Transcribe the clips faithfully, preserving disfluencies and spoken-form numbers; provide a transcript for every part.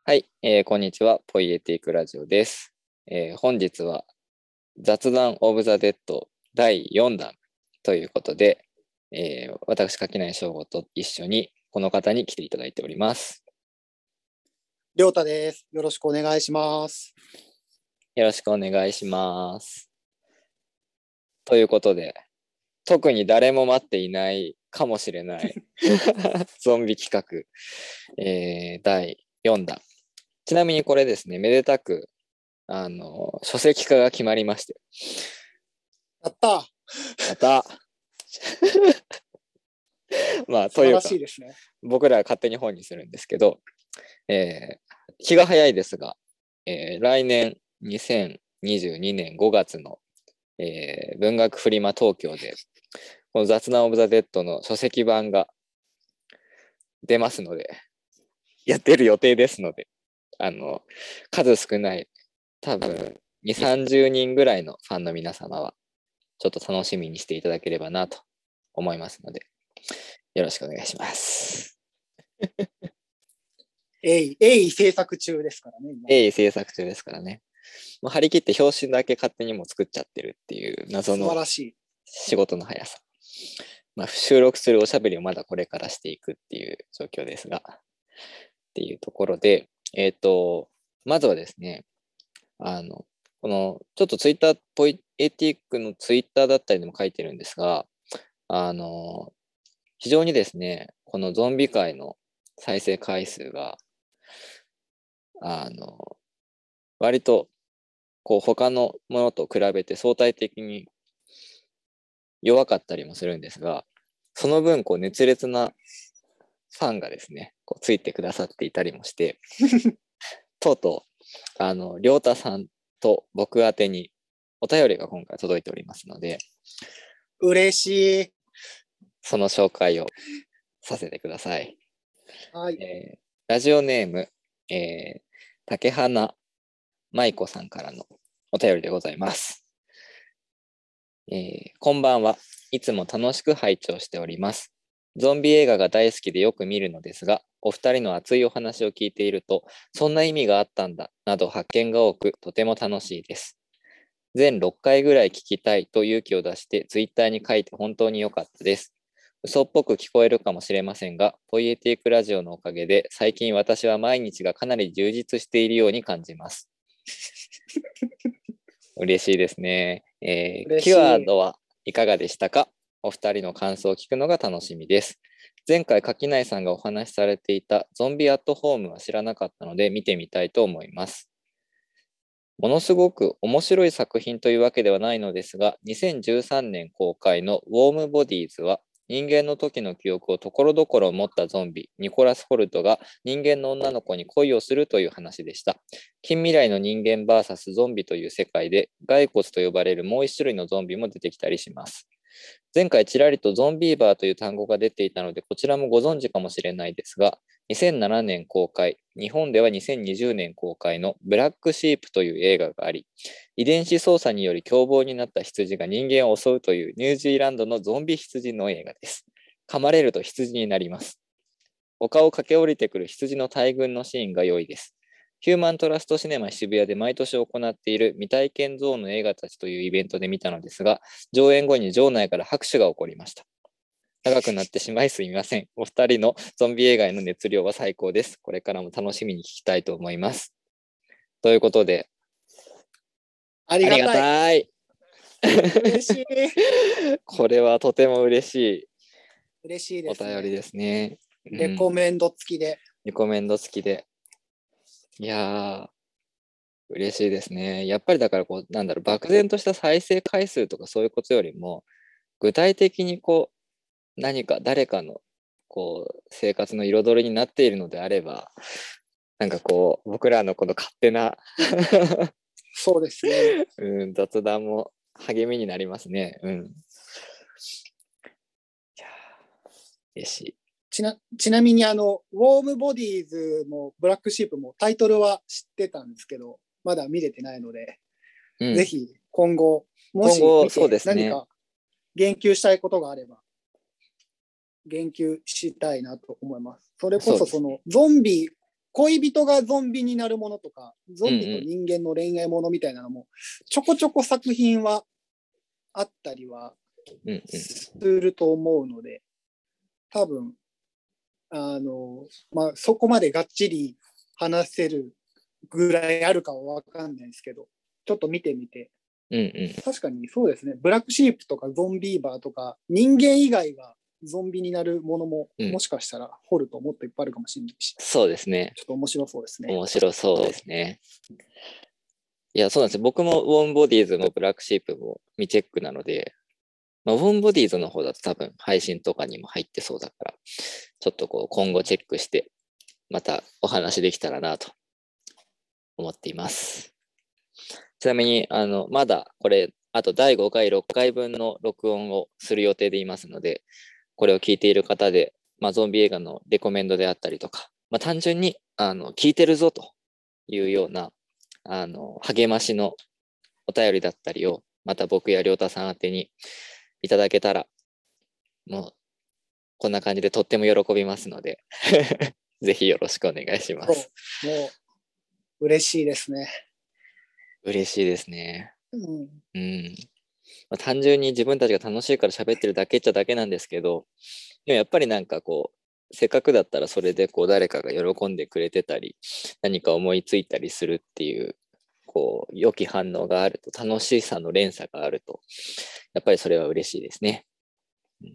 はい、えー、こんにちは。ポイエティックラジオです。えー、本日は雑談オブザ・デッドだいよんだんということで、えー、私、垣内翔吾と一緒にこの方に来ていただいております。 りょうたです。よろしくお願いします。 よろしくお願いします。ということで、特に誰も待っていないかもしれないゾンビ企画、えー、だいよんだん。ちなみにこれですね、めでたく、あの、書籍化が決まりまして。 やったやったまあ、 素晴らというか、 しいですね。 僕らは勝手に本にするんですけど、えー、気が早いですが、えー、来年にせんにじゅうにねんごがつの、えー、文学フリマ東京で、この雑談オブザ・デッドの書籍版が出ますので、やってる予定ですので、あの、数少ない、多分にじゅう、さんじゅうにんぐらいのファンの皆様は、ちょっと楽しみにしていただければなと思いますので、よろしくお願いします。 鋭意、鋭意制作中ですからね。 鋭意制作中ですからね。もう張り切って表紙だけ勝手にも作っちゃってるっていう謎の仕事の速さ。まあ、収録するおしゃべりをまだこれからしていくっていう状況ですが、っていうところで、えっと、まずはですね、あの、この、ちょっとツイッター、ポイエティックのツイッターだったりでも書いてるんですが、あの、非常にですね、このゾンビ界の再生回数が、あの、割と、こう、他のものと比べて相対的に弱かったりもするんですが、その分、こう、熱烈なファンがですね、こうついてくださっていたりもして、とうとう、あの、りょうたさんと僕宛てにお便りが今回届いておりますので、 嬉しい。 その紹介をさせてください。 はい。 えー、ラジオネーム、えー、竹花舞子さんからのお便りでございます。えー、こんばんは。いつも楽しく拝聴しております。ゾンビ映画が大好きでよく見るのですが、お二人の熱いお話を聞いていると、そんな意味があったんだ、など発見が多く、とても楽しいです。全ろっかいぐらい聞きたいと勇気を出して、ツイッターに書いて本当に良かったです。嘘っぽく聞こえるかもしれませんが、ポイエティックラジオのおかげで、最近私は毎日がかなり充実しているように感じます。嬉しいですね。えー、キーワードはいかがでしたか？お二人の感想を聞くのが楽しみです。前回垣内さんがお話しされていたゾンビアットホームは知らなかったので見てみたいと思います。ものすごく面白い作品というわけではないのですが、にせんじゅうさんねん公開のウォームボディーズは人間の時の記憶をところどころ持ったゾンビ、ニコラス・ホルトが人間の女の子に恋をするという話でした。近未来の人間 ブイエス ゾンビという世界で、骸骨と呼ばれるもう一種類のゾンビも出てきたりします。前回ちらりとゾンビーバーという単語が出ていたので、こちらもご存知かもしれないですが、にせんななねん公開、日本ではにせんにじゅうねん公開のブラックシープという映画があり、遺伝子操作により凶暴になった羊が人間を襲うというニュージーランドのゾンビ羊の映画です。噛まれると羊になります。丘を駆け下りてくる羊の大群のシーンが良いです。ヒューマントラストシネマ渋谷で毎年行っている未体験ゾーンの映画たちというイベントで見たのですが、上演後に場内から拍手が起こりました。長くなってしまいすみません。お二人のゾンビ映画への熱量は最高です。これからも楽しみに聞きたいと思います。ということで、 ありがたい。 ありがたい。 嬉しい。 これはとても嬉しい。 嬉しいですね。 お便りですね。 レコメンド付きで。 うん、レコメンド付きで。いやー、嬉しいですね。やっぱりだからこう、なんだろう、漠然とした再生回数とかそういうことよりも、具体的にこう、何か誰かのこう生活の彩りになっているのであれば、なんかこう、僕らのこの勝手なそうですね、 うん、雑談も励みになりますね。うん。いや嬉しい。 ちな、ちなみにあの、ウォームボディーズもブラックシープもタイトルは知ってたんですけど、まだ見れてないので、うん、ぜひ今後、もし見て何か言及したいことがあれば、言及したいなと思います。それこそそのゾンビ恋人がゾンビになるものとか、ゾンビと人間の恋愛ものみたいなのも、ちょこちょこ作品はあったりはすると思うので、多分、あの、まあ、そこまでがっちり話せるぐらいあるかはわかんないですけど、ちょっと見てみて、 うんうん、 確かにそうですね、ブラックシープとかゾンビーバーとか、人間以外がゾンビになるものも、 うん、 もしかしたら掘るともっといっぱいあるかもしれないし。 そうですね。 ちょっと面白そうですね。 面白そうですね。いや、そうなんですよ。僕もウォームボディーズもブラックシープも未チェックなので、まあ、ウォームボディーズの方だと多分配信とかにも入ってそうだから、ちょっとこう今後チェックして、またお話できたらなと思っています。ちなみに、あの、まだこれ、あとだいごかい、ろっかいぶんの録音をする予定でいますので、これを聞いている方で、まあ、ゾンビ映画のレコメンドであったりとか、まあ、単純に、あの、聞いてるぞというような、あの、励ましのお便りだったりを、また僕や亮太さん宛てにいただけたら、もう、こんな感じでとっても喜びますので、ぜひよろしくお願いします。 もう、嬉しいですね。 嬉しいですね。 うん。 うんまあ、単純に自分たちが楽しいから喋ってるだけっちゃだけなんですけど、でもやっぱりなんかこう、せっかくだったらそれでこう誰かが喜んでくれてたり、何か思いついたりするっていう、こう、良き反応があると、楽しさの連鎖があると、やっぱりそれは嬉しいですね。うん、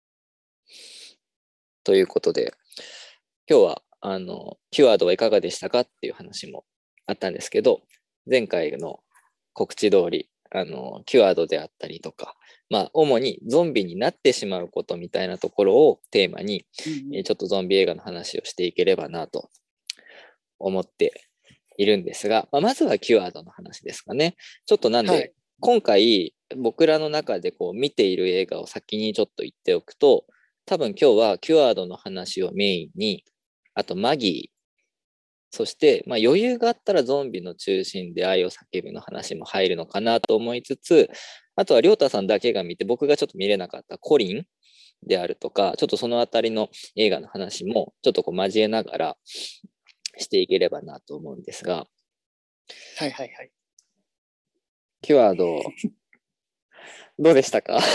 ということで、今日は、あの、キュアードはいかがでしたかっていう話もあったんですけど、前回の告知通り、あの、キュアードであったりとか、まあ、主にゾンビになってしまうことみたいなところをテーマに、うんうん、ちょっとゾンビ映画の話をしていければなと思っているんですが、まあ、まずはキュアードの話ですかね。ちょっとなんで、はい、今回僕らの中でこう見ている映画を先にちょっと言っておくと、多分今日はキュアードの話をメインに、あとマギー、そして、まあ、余裕があったらゾンビの中心で愛を叫ぶの話も入るのかなと思いつつ、あとは亮太さんだけが見て、僕がちょっと見れなかったコリンであるとか、ちょっとそのあたりの映画の話もちょっとこう交えながらしていければなと思うんですが。 はいはいはい。 キュアード、どうでしたか？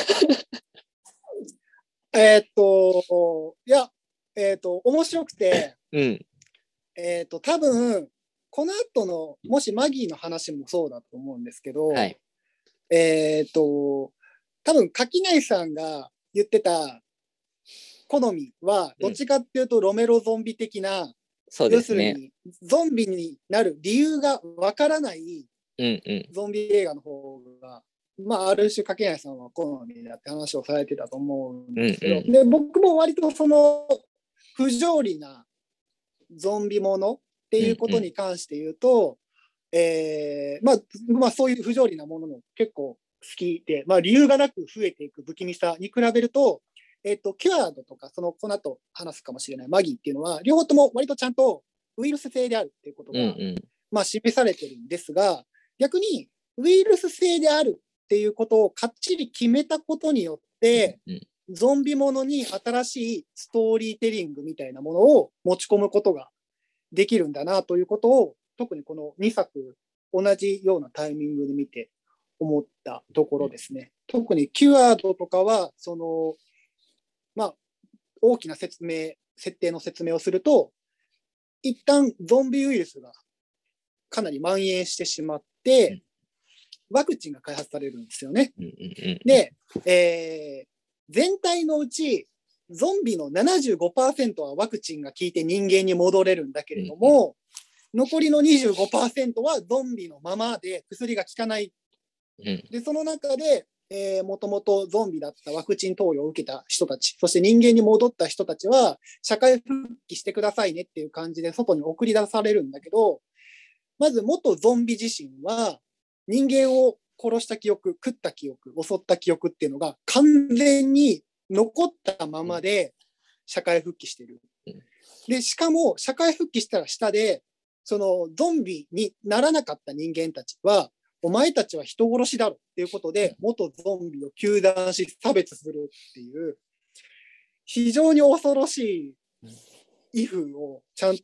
えっと、いや、えっ、ー、と、面白くて、 うん。 えっ、ー、と、多分、この後の、もしマギーの話もそうだと思うんですけど、はい、えっ、ー、と、多分、垣内さんが言ってた好みは、どっちかっていうと、ロメロゾンビ的な、うん、そうですね、要するに、ゾンビになる理由がわからないゾンビ映画の方が、まあ、ある種、垣内さんは好みだって話をされてたと思うんですけど、うんうん、で、僕も割とその、不条理なゾンビものっていうことに関して言うと、うんうん、えー、まあ、まあ、そういう不条理なものも結構好きで、まあ、理由がなく増えていく不気味さに比べると、えっと、キュアードとか、その、この後話すかもしれないマギーっていうのは、両方とも割とちゃんとウイルス性であるっていうことが、うんうん、まあ、示されてるんですが、逆にウイルス性であるっていうことをかっちり決めたことによって、うんうん、ゾンビものに新しいストーリーテリングみたいなものを持ち込むことができるんだなということを、特にこのにさく同じようなタイミングで見て思ったところですね。特にキュアードとかは、その、まあ、大きな説明、設定の説明をすると、一旦ゾンビウイルスがかなり蔓延してしまって、ワクチンが開発されるんですよね。で、えー、全体のうち、ゾンビの ななじゅうごパーセント はワクチンが効いて人間に戻れるんだけれども、残りの にじゅうごパーセント はゾンビのままで薬が効かない。で、その中で、えー、もともとゾンビだったワクチン投与を受けた人たち、そして人間に戻った人たちは、社会復帰してくださいねっていう感じで外に送り出されるんだけど、まず元ゾンビ自身は、人間を殺した記憶、食った記憶、襲った記憶っていうのが完全に残ったままで社会復帰してる。で、しかも社会復帰したら下で、そのゾンビにならなかった人間たちは、お前たちは人殺しだろっていうことで、元ゾンビを糾弾し差別するっていう、非常に恐ろしい威風をちゃんと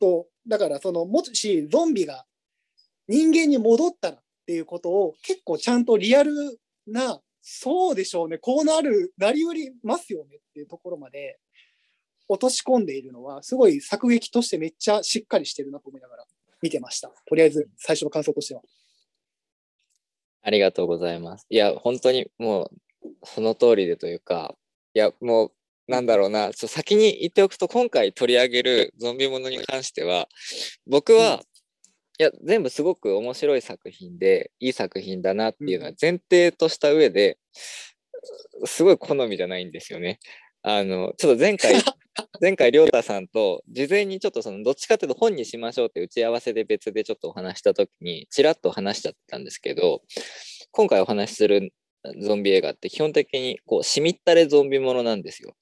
だからそのもしゾンビが人間に戻ったらっていうことを結構ちゃんとリアルな、そうでしょうね、こうなるなりうりますよねっていうところまで落とし込んでいるのはすごい作劇としてめっちゃしっかりしてるなと思いながら見てました。とりあえず最初の感想としては。 ありがとうございます。いや本当にもうその通りでというか、いやもうなんだろうな、ちょ先に言っておくと、今回取り上げるゾンビものに関しては僕は、うん、いや全部すごく面白い作品でいい作品だなっていうのは前提とした上で、すごい好みじゃないんですよね。あのちょっと前回前回亮太さんと事前にちょっとそのどっちかというと本にしましょうって打ち合わせで別でちょっとお話した時にちらっと話しちゃってたんですけど、今回お話しするゾンビ映画って基本的にこうしみったれゾンビものなんですよ。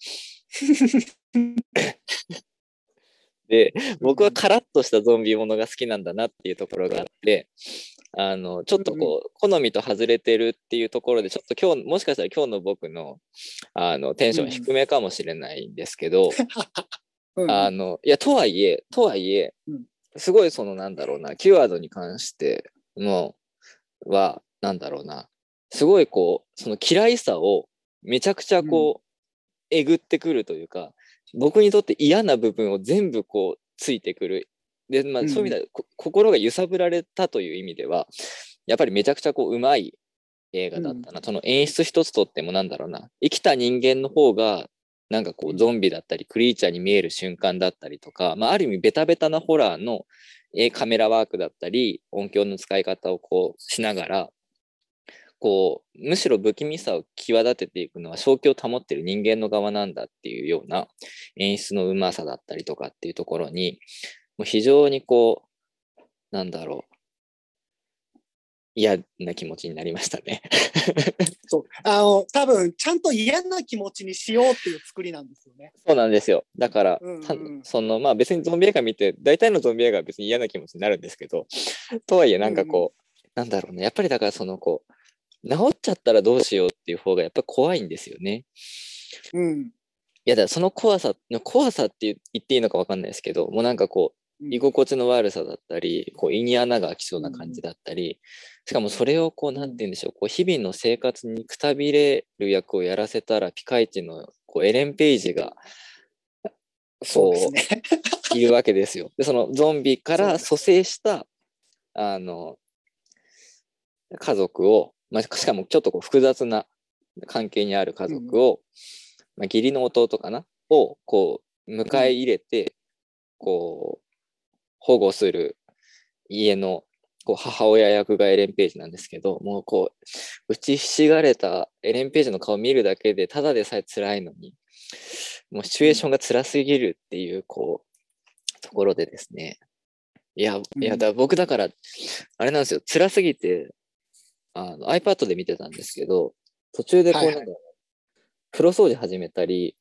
で僕はカラッとしたゾンビものが好きなんだなっていうところがあって、あのちょっとこう好みと外れてるっていうところでちょっと今日もしかしたら今日の僕のあのテンション低めかもしれないんですけど、うん、あのいやとはいえとはいえすごいそのなんだろうな、キーワードに関してのはなんだろうな、すごいこうその嫌いさをめちゃくちゃこう、うん、えぐってくるというか、僕にとって嫌な部分を全部こうついてくる。で、まあ、そういう意味では、うん、心が揺さぶられたという意味ではやっぱりめちゃくちゃこううまい映画だったな、うん、その演出一つとってもなんだろうな、生きた人間の方がなんかこうゾンビだったりクリーチャーに見える瞬間だったりとか、まあ、ある意味ベタベタなホラーのカメラワークだったり音響の使い方をこうしながら、こうむしろ不気味さを際立てていくのは正気を保っている人間の側なんだっていうような演出のうまさだったりとかっていうところに、もう非常にこうなんだろう、嫌な気持ちになりましたね。 そうあの多分ちゃんと嫌な気持ちにしようっていう作りなんですよね。 そうなんですよ。だから、うんうん、そのまあ別にゾンビ映画見て大体のゾンビ映画は別に嫌な気持ちになるんですけど、とはいえなんかこう、うん、なんだろうね、やっぱりだからそのこう治っちゃったらどうしようっていう方がやっぱり怖いんですよね。 うん。いやだ、その怖さの怖さって言っていいのか分かんないですけど、もうなんかこう居心地の悪さだったり、こう胃に穴が開きそうな感じだったり、しかもそれをこうなんて言うんでしょう、こう日々の生活にくたびれる役をやらせたらピカイチのこうエレン・ペイジがそうですね、 いるわけですよ。でそのゾンビから蘇生したあの家族を、まあ、しかもちょっとこう複雑な関係にある家族を、うん、まあ、義理の弟かなをこう迎え入れて、うん、こう保護する家のこう母親役がエレン・ページなんですけど、もうこう打ちひしがれたエレン・ページの顔を見るだけでただでさえ辛いのに、もうシチュエーションが辛すぎるっていうこうところでですね、いやいやだ僕だからあれなんですよ、辛すぎてあの iPad で見てたんですけど、途中でこうなんか、はいはい、風呂掃除始めたり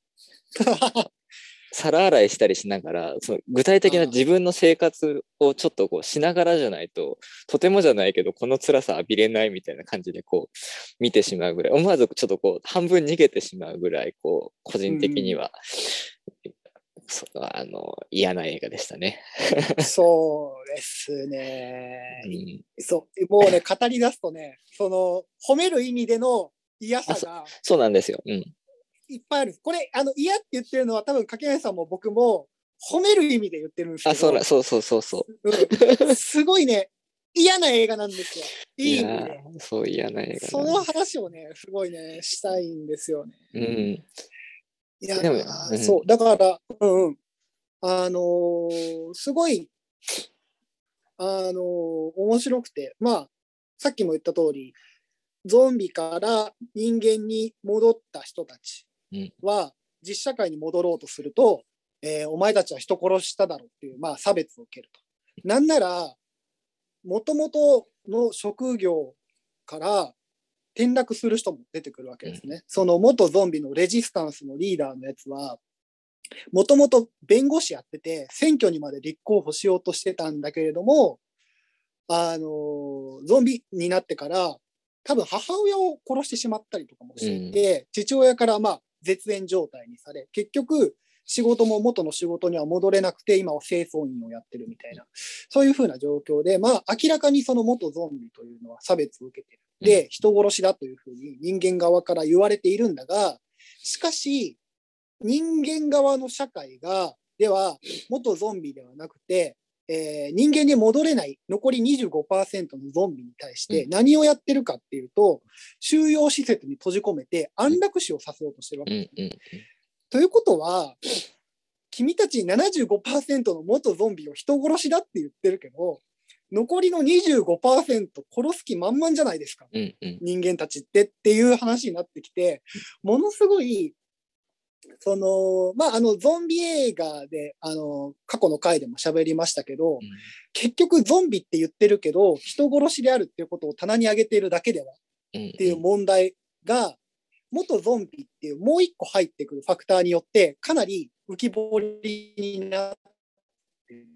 皿洗いしたりしながら、その具体的な自分の生活をちょっとこうしながらじゃないと、とてもじゃないけどこの辛さ浴びれないみたいな感じでこう見てしまうぐらい、思わずちょっとこう半分逃げてしまうぐらいこう個人的には、うん、そあの嫌な映画でしたね。 そうですね、うん、そうもうね語り出すとね、その褒める意味での嫌さがそ, そうなんですよ、うん、 いっぱいある。これあの嫌って言ってるのは多分柿谷さんも僕も褒める意味で言ってるんですけど、あ、 そうそうそうそうそう、 うん、すごいね嫌な映画なんですよ。いい意味で。 そう嫌な映画。 その話をねすごいねしたいんですよね。 うん。いやでも、うん、そうだからうんうんあのー、すごいあのー、面白くて、まあさっきも言った通りゾンビから人間に戻った人たちは実社会に戻ろうとすると、えー、お前たちは人殺しただろうっていう、まあ、差別を受けると。なんならもともとの職業から転落する人も出てくるわけですね。うん、その元ゾンビのレジスタンスのリーダーのやつはもともと弁護士やってて選挙にまで立候補しようとしてたんだけれども、あのゾンビになってから多分母親を殺してしまったりとかもしていて、うん、父親からまあ絶縁状態にされ、結局仕事も元の仕事には戻れなくて、今は清掃員をやってるみたいな、そういうふうな状況で、まあ明らかにその元ゾンビというのは差別を受けてる。で、人殺しだというふうに人間側から言われているんだが、しかし、人間側の社会が、では、元ゾンビではなくて、えー、人間に戻れない残り にじゅうごパーセント のゾンビに対して何をやってるかっていうと、収容施設に閉じ込めて安楽死をさせようとしてるわけです、ね。ということは、君たち ななじゅうごパーセント の元ゾンビを人殺しだって言ってるけど、残りの にじゅうごパーセント 殺す気満々じゃないですか。 うんうん、 人間たちってっていう話になってきて、ものすごい、その、まあ、あの、ゾンビ映画で、あの、過去の回でも喋りましたけど、うん、結局ゾンビって言ってるけど、人殺しであるっていうことを棚に上げているだけでは、っていう問題が、元ゾンビっていうもう一個入ってくるファクターによって、かなり浮き彫りになってる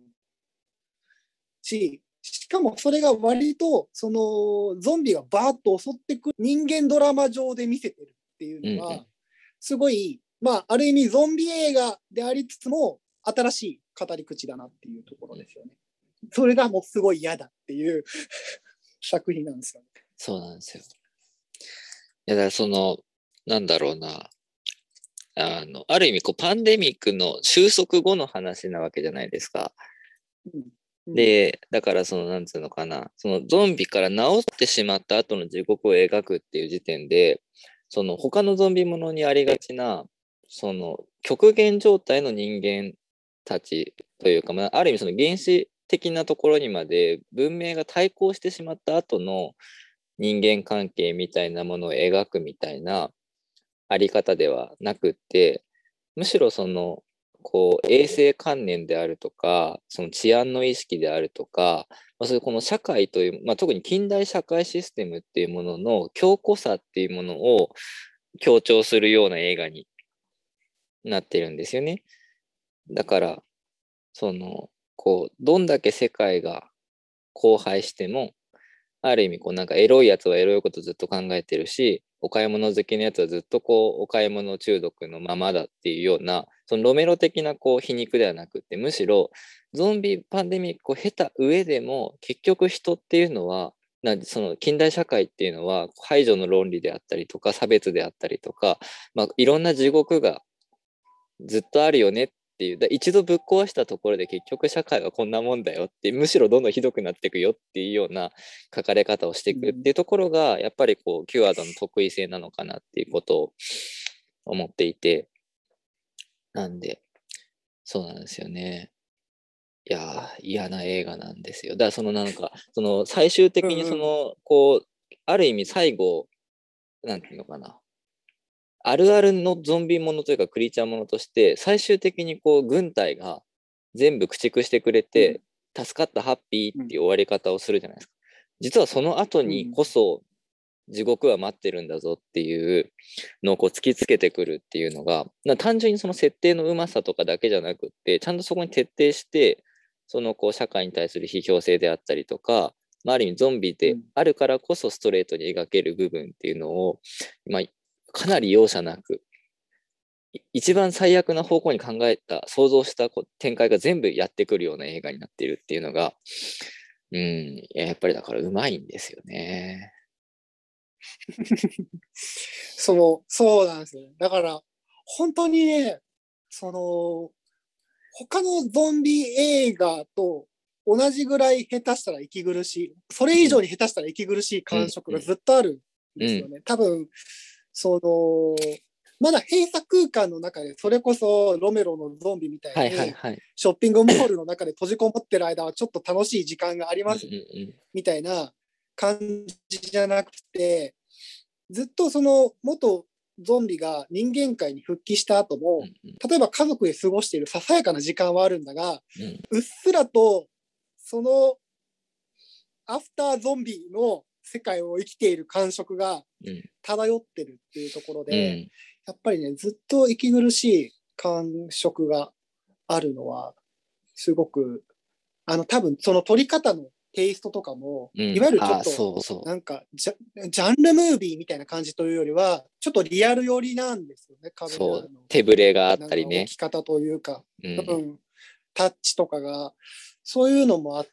し、しかもそれが割と、その、ゾンビがバーッと襲ってくる人間ドラマ上で見せてるっていうのは、すごい、まあ、ある意味ゾンビ映画でありつつも、新しい語り口だなっていうところですよね。それがもうすごい嫌だっていう作品なんですよね。 そうなんですよ。いや、だからその、なんだろうな。あの、ある意味こう、パンデミックの収束後の話なわけじゃないですか。うんうん、で、だからその、なんつうのかな、そのゾンビから治ってしまった後の地獄を描くっていう時点で、その他のゾンビものにありがちな、その極限状態の人間たちというか、まあ、ある意味その原始的なところにまで文明が対抗してしまった後の人間関係みたいなものを描くみたいなあり方ではなくって、むしろそのこう衛生観念であるとか、その治安の意識であるとか、まあ、そういうこの社会という、まあ、特に近代社会システムっていうものの強固さっていうものを強調するような映画になってるんですよね。だから、その、こう、どんだけ世界が荒廃しても、ある意味、こう、なんかエロいやつはエロいことずっと考えてるし、お買い物好きのやつはずっとこう、お買い物中毒のままだっていうような、そのロメロ的なこう皮肉ではなくて、むしろゾンビパンデミックを経た上でも、結局人っていうのは、なその近代社会っていうのは排除の論理であったりとか差別であったりとか、まあ、いろんな地獄がずっとあるよねっていう、だ一度ぶっ壊したところで結局社会はこんなもんだよって、むしろどんどんひどくなっていくよっていうような書かれ方をしていくっていうところが、やっぱりこうキュアードの得意性なのかなっていうことを思っていて、なんでそうなんですよね。いや嫌な映画なんですよ。だからそのなんかその最終的にその、うん、こうある意味最後なんていうのかな、あるあるのゾンビものというかクリーチャーものとして最終的にこう軍隊が全部駆逐してくれて、うん、助かったハッピーっていう終わり方をするじゃないですか。実はその後にこそ地獄は待ってるんだぞっていうのをこう突きつけてくるっていうのが、単純にその設定のうまさとかだけじゃなくって、ちゃんとそこに徹底してそのこう社会に対する批評性であったりとか、まあ、ある意味ゾンビであるからこそストレートに描ける部分っていうのを、まあ、かなり容赦なく一番最悪な方向に考えた想像した展開が全部やってくるような映画になっているっていうのが、うん、やっぱりだからうまいんですよね。 そう、そうなんですよ。だから、本当にね、その、他のゾンビ映画と同じぐらい下手したら息苦しい、それ以上に下手したら息苦しい感触がずっとあるんですよね。うんうん、多分、その、まだ閉鎖空間の中で、それこそロメロのゾンビみたいに、ショッピングモールの中で閉じこもってる間はちょっと楽しい時間があります、みたいな感じじゃなくて、ずっとその元ゾンビが人間界に復帰した後も、例えば家族で過ごしているささやかな時間はあるんだが、うっすらとそのアフターゾンビの世界を生きている感触が漂ってるっていうところで、うん、やっぱりね、ずっと息苦しい感触があるのは、すごく、あの、多分その撮り方のテイストとかも、 うん、 いわゆるちょっとそうそうなんかジャジャンルムービーみたいな感じというよりはちょっとリアル寄りなんですよね。カメラの手ぶれがあったりね、 置き方というか、 うん、 うん、タッチとかがそういうのもあって、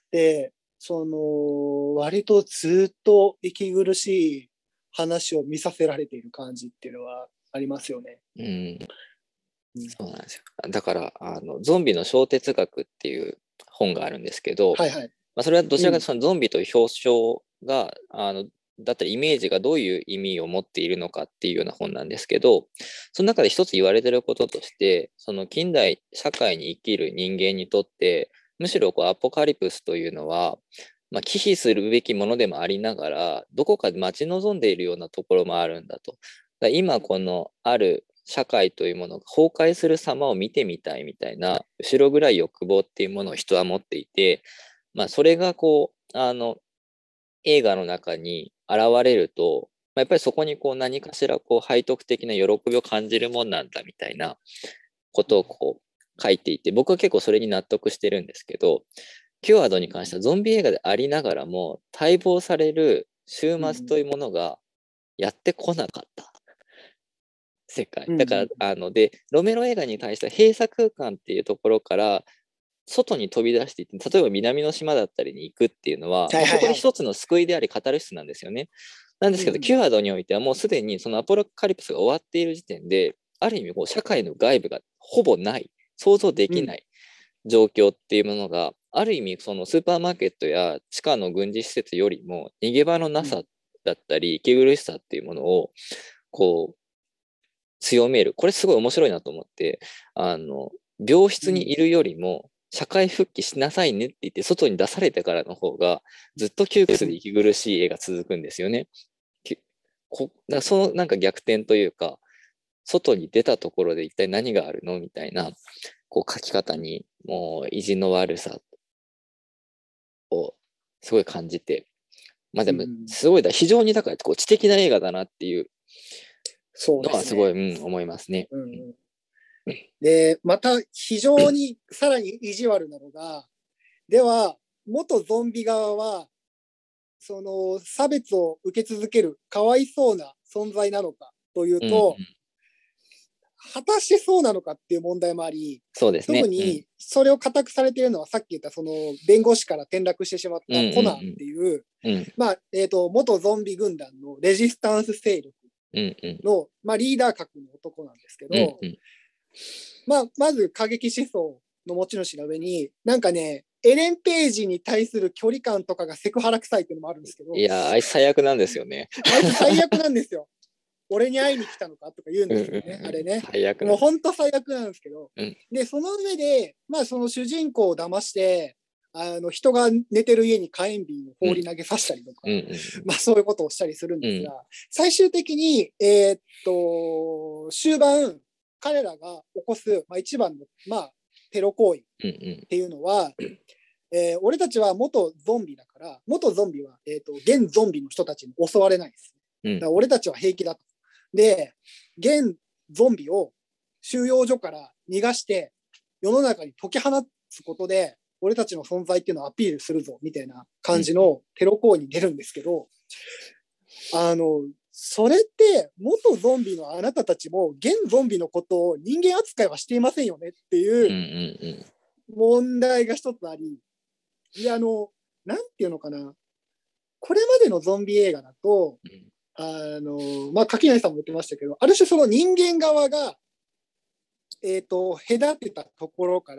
その割とずっと息苦しい話を見させられている感じっていうのはありますよね。 うんそうなんですよ。だからあのゾンビの小哲学っていう本があるんですけど、 はいはい、 まあ、それはどちらかというとそのゾンビという表彰が、うん、あのだったりイメージがどういう意味を持っているのかっていうような本なんですけど、その中で一つ言われていることとして、その近代社会に生きる人間にとってむしろこうアポカリプスというのは、まあ、忌避するべきものでもありながらどこかで待ち望んでいるようなところもあるんだと。だ今このある社会というものが崩壊する様を見てみたいみたいな後ろ暗い欲望っていうものを人は持っていて、まあ、それがこうあの映画の中に現れると、まあ、やっぱりそこにこう何かしらこう背徳的な喜びを感じるもんなんだみたいなことをこう書いていて、僕は結構それに納得してるんですけど、キュアードに関してはゾンビ映画でありながらも待望される終末というものがやってこなかった。世界だから、あのでロメロ映画に対しては閉鎖空間っていうところから外に飛び出していって、例えば南の島だったりに行くっていうのは、まあ、そこで一つの救いでありカタルシスなんですよね。なんですけど、うん、キュアードにおいてはもうすでにそのアポカリプスが終わっている時点である意味こう社会の外部がほぼない、想像できない状況っていうものが、うん、ある意味そのスーパーマーケットや地下の軍事施設よりも逃げ場のなさだったり、息苦しさっていうものをこう強める。これすごい面白いなと思って、あの病室にいるよりも社会復帰しなさいねって言って外に出されてからの方がずっと窮屈で息苦しい絵が続くんですよね。こだそのなんか逆転というか、外に出たところで一体何があるのみたいなこう書き方にもう意地の悪さをすごい感じて、まあでもすごいだ、非常にだからこう知的な映画だなっていうのはすごい、ねうん、思いますね。うんうんで、また非常にさらに意地悪なのが、では、元ゾンビ側は、その差別を受け続けるかわいそうな存在なのかというと、うんうん、果たしてそうなのかっていう問題もあり、 そうですね、 特にそれを固くされているのは、さっき言ったその弁護士から転落してしまったコナーっていう、うんうんうんまあえーと、元ゾンビ軍団のレジスタンス勢力の、うんうんまあ、リーダー格の男なんですけど、うんうんまあ、まず過激思想の持ち主の上に、なんかね、エレン・ページに対する距離感とかがセクハラ臭いっていうのもあるんですけど。 いや、あいつ最悪なんですよね。 あいつ最悪なんですよ。俺に会いに来たのかとか言うんですよね、うんうんうん、あれね。最悪もう本当最悪なんですけど。うん、で、その上で、まあその主人公を騙して、あの人が寝てる家に火炎瓶を放り投げさせたりとか、うんうんうん、まあそういうことをしたりするんですが、うん、最終的に、えー、っと、終盤、彼らが起こす、まあ、一番の、まあ、テロ行為っていうのは、うんうんえー、俺たちは元ゾンビだから、元ゾンビは、えー、と現ゾンビの人たちに襲われないです。だから俺たちは平気だと。で、現ゾンビを収容所から逃がして、世の中に解き放つことで、俺たちの存在っていうのをアピールするぞ、みたいな感じのテロ行為に出るんですけど、うん、あの、それって元ゾンビのあなたたちも現ゾンビのことを人間扱いはしていませんよねっていう問題が一つあり、で、あの、なんていうのかな、これまでのゾンビ映画だと、あの、まあ、柿内さんも言ってましたけど、ある種その人間側が、えっと、隔てたところから、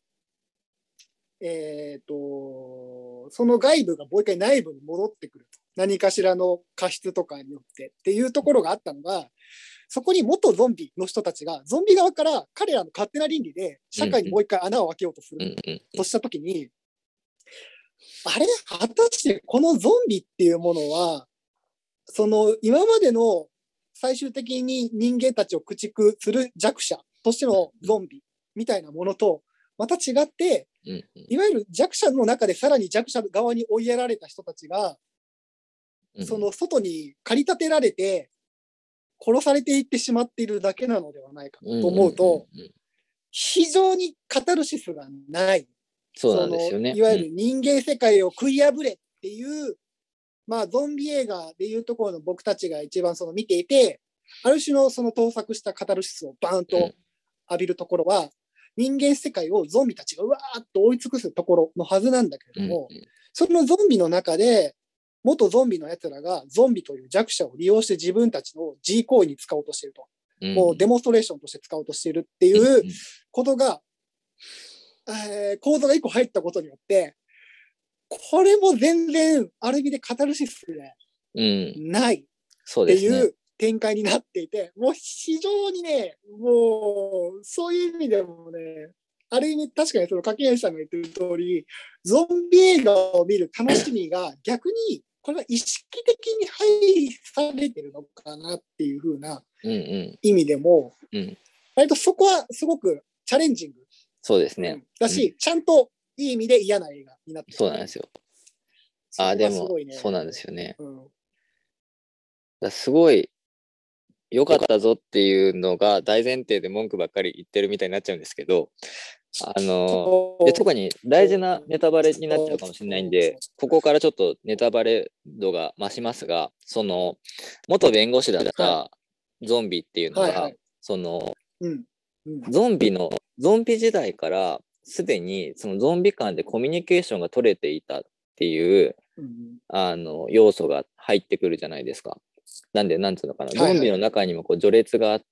えっと、その外部がもう一回内部に戻ってくると。何かしらの過失とかによってっていうところがあったのが、そこに元ゾンビの人たちが、ゾンビ側から彼らの勝手な倫理で社会にもう一回穴を開けようとするとしたときに、あれ果たしてこのゾンビっていうものは、その今までの最終的に人間たちを駆逐する弱者としてのゾンビみたいなものとまた違って、いわゆる弱者の中でさらに弱者側に追いやられた人たちが、その外に駆り立てられて殺されていってしまっているだけなのではないかと思うと、非常にカタルシスがない。 そうなんですよね。 そのいわゆる人間世界を食い破れっていう、うん、まあゾンビ映画でいうところの僕たちが一番その見ていて、ある種のその盗作したカタルシスをバーンと浴びるところは、うん、人間世界をゾンビたちがうわーっと追い尽くすところのはずなんだけれども、うんうん、そのゾンビの中で元ゾンビのやつらがゾンビという弱者を利用して自分たちの G 行為に使おうとしていると、うん、もうデモンストレーションとして使おうとしているっていうことが、うんうん、えー、構造が一個入ったことによって、これも全然ある意味でカタルシスでないっていう展開になっていて、もう非常にね、もうそういう意味でもね、ある意味確かにその柿谷さんが言ってる通り、ゾンビ映画を見る楽しみが逆にこれは意識的に配慮されてるのかなっていう風な意味でも、うんうん、割とそこはすごくチャレンジング。 そうですね。 うん、だし、うん、ちゃんといい意味で嫌な映画になってる。 そうなんですよ。あ、でも、そうなんですよね。うん、だすごい良かったぞっていうのが大前提で文句ばっかり言ってるみたいになっちゃうんですけど、あので特に大事なネタバレになっちゃうかもしれないんで、ここからちょっとネタバレ度が増しますが、その元弁護士だったゾンビっていうのが、はいはい、その、うんうん、ゾンビのゾンビ時代からすでにそのゾンビ間でコミュニケーションが取れていたっていう、うん、あの要素が入ってくるじゃないですか。なんで、なんつうのかな、ゾンビの中にもこう序列があって、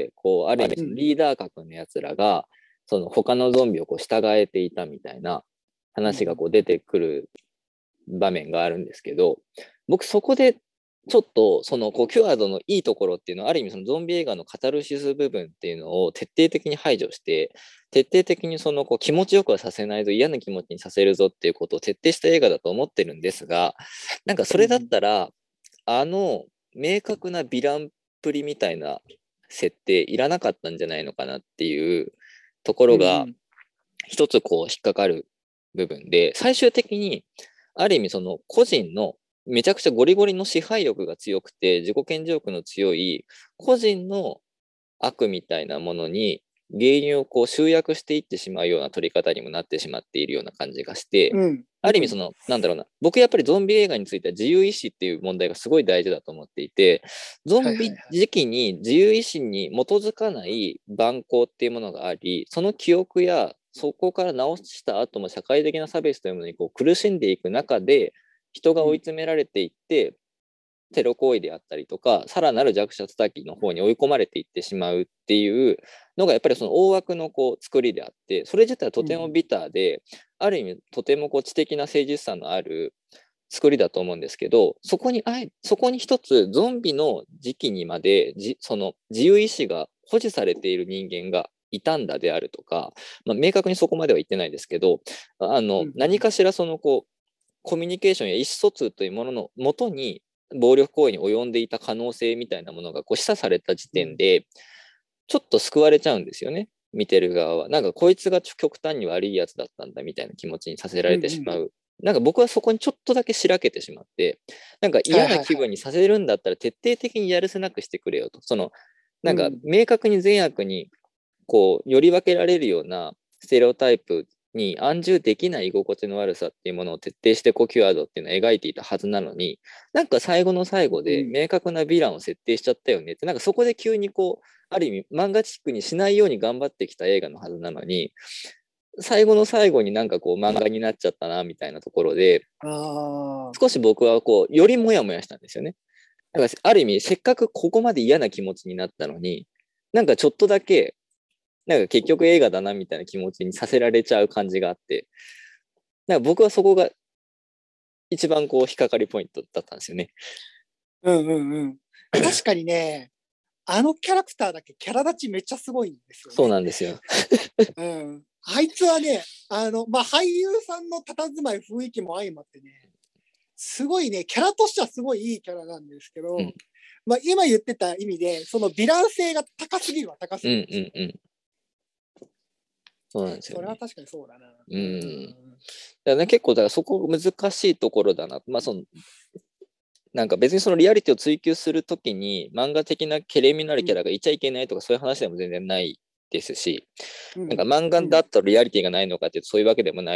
こう、ある意味そのリーダー格のやつらが、その他のゾンビをこう従えていたみたいな話がこう出てくる場面があるんですけど、僕そこでちょっと、そのこう、キュアードのいいところっていうのは、ある意味そのゾンビ映画のカタルシス部分っていうのを徹底的に排除して、徹底的にそのこう気持ちよくはさせないぞ、嫌な気持ちにさせるぞっていうことを徹底した映画だと思ってるんですが、なんかそれだったら、あの、明確なヴィランプリみたいな設定いらなかったんじゃないのかなっていうところが一つこう引っかかる部分で、最終的にある意味その個人のめちゃくちゃゴリゴリの支配欲が強くて自己顕示欲の強い個人の悪みたいなものに原因をこう集約していってしまうような取り方にもなってしまっているような感じがして、うん、ある意味その、なんだろうな、僕やっぱりゾンビ映画については自由意志っていう問題がすごい大事だと思っていて、ゾンビ時期に自由意志に基づかない蛮行っていうものがあり、その記憶やそこから直した後も社会的な差別というものにこう苦しんでいく中で人が追い詰められていって、うんテロ行為であったりとか、さらなる弱者叩きの方に追い込まれていってしまうっていうのが、やっぱりその大枠のこう作りであって、それ自体はとてもビターで、うん、ある意味とてもこう知的な誠実さのある作りだと思うんですけど、そこにあえそこに一つゾンビの時期にまでじその自由意志が保持されている人間がいたんだであるとか、まあ、明確にそこまでは言ってないですけど、あの、うん、何かしらそのこうコミュニケーションや意思疎通というもののもとに暴力行為に及んでいた可能性みたいなものがこう示唆された時点で、ちょっと救われちゃうんですよね、見てる側は。なんかこいつが極端に悪いやつだったんだみたいな気持ちにさせられてしまう。うんうん、なんか僕はそこにちょっとだけしらけてしまって、なんか嫌な気分にさせるんだったら徹底的にやるせなくしてくれよと。その、なんか明確に善悪にこう、より分けられるようなステレオタイプに安住できない居心地の悪さっていうものを徹底してこうキュアードっていうのを描いていたはずなのに、なんか最後の最後で明確なヴィランを設定しちゃったよねって、なんかそこで急にこうある意味漫画チックにしないように頑張ってきた映画のはずなのに、最後の最後になんかこう漫画になっちゃったなみたいなところで、あ少し僕はこうよりモヤモヤしたんですよね。だからある意味せっかくここまで嫌な気持ちになったのに、なんかちょっとだけなんか結局映画だなみたいな気持ちにさせられちゃう感じがあって、なんか僕はそこが一番こう引っかかりポイントだったんですよね。 うんうんうん。確かにね、あのキャラクターだけキャラ立ちめっちゃすごいんですよね。 そうなんですよ。 うん。あいつはね、あの、まあ、俳優さんの佇まい雰囲気も相まってね、すごいね、キャラとしてはすごいいいキャラなんですけど、うん、まあ、今言ってた意味で、そのヴィラン性が高すぎるは高すぎる。うんうんうん。 そうなんですよ、ね。 それは確かにそうだな。 うん。だからね、結構だからそこ難しいところだな。まあそのなんか別にそのリアリティを追求するときに漫画的なケレミのあるキャラがいちゃいけないとかそういう話でも全然ないですし、うん、なんか漫画だったらリアリティがないのかっていうとそういうわけでもない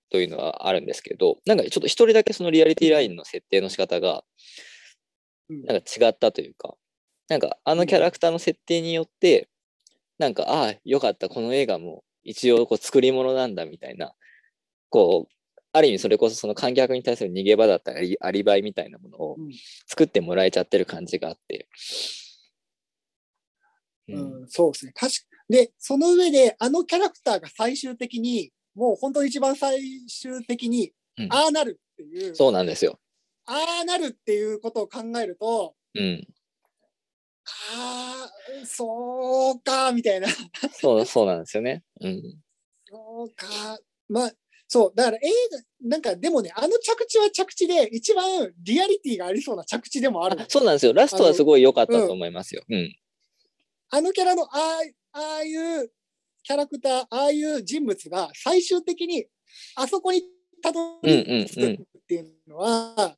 というのはあるんですけど、なんかちょっと一人だけそのリアリティラインの設定の仕方がなんか違ったというか、なんかあのキャラクターの設定によってなんかああよかった、この映画も一応こう作り物なんだみたいな、こうある意味それこそその観客に対する逃げ場だったりアリバイみたいなものを作ってもらえちゃってる感じがあって、 うん、うん、そうですね。確かで、その上であのキャラクターが最終的にもう本当に一番最終的に、うん、ああなるっていう、 そうなんですよ。 ああなるっていうことを考えると、 うん、 ああそうかみたいなそうそうなんですよね。うん、 そうかまあそうだから映画なんかでもね、あの着地は着地で一番リアリティがありそうな着地でもある。 あ、そうなんですよ。ラストはすごい良かったと思いますよ。うん、うん、 あのキャラのああああいうキャラクター、ああいう人物が最終的にあそこにたどり着くっていうのは、うんうんうん、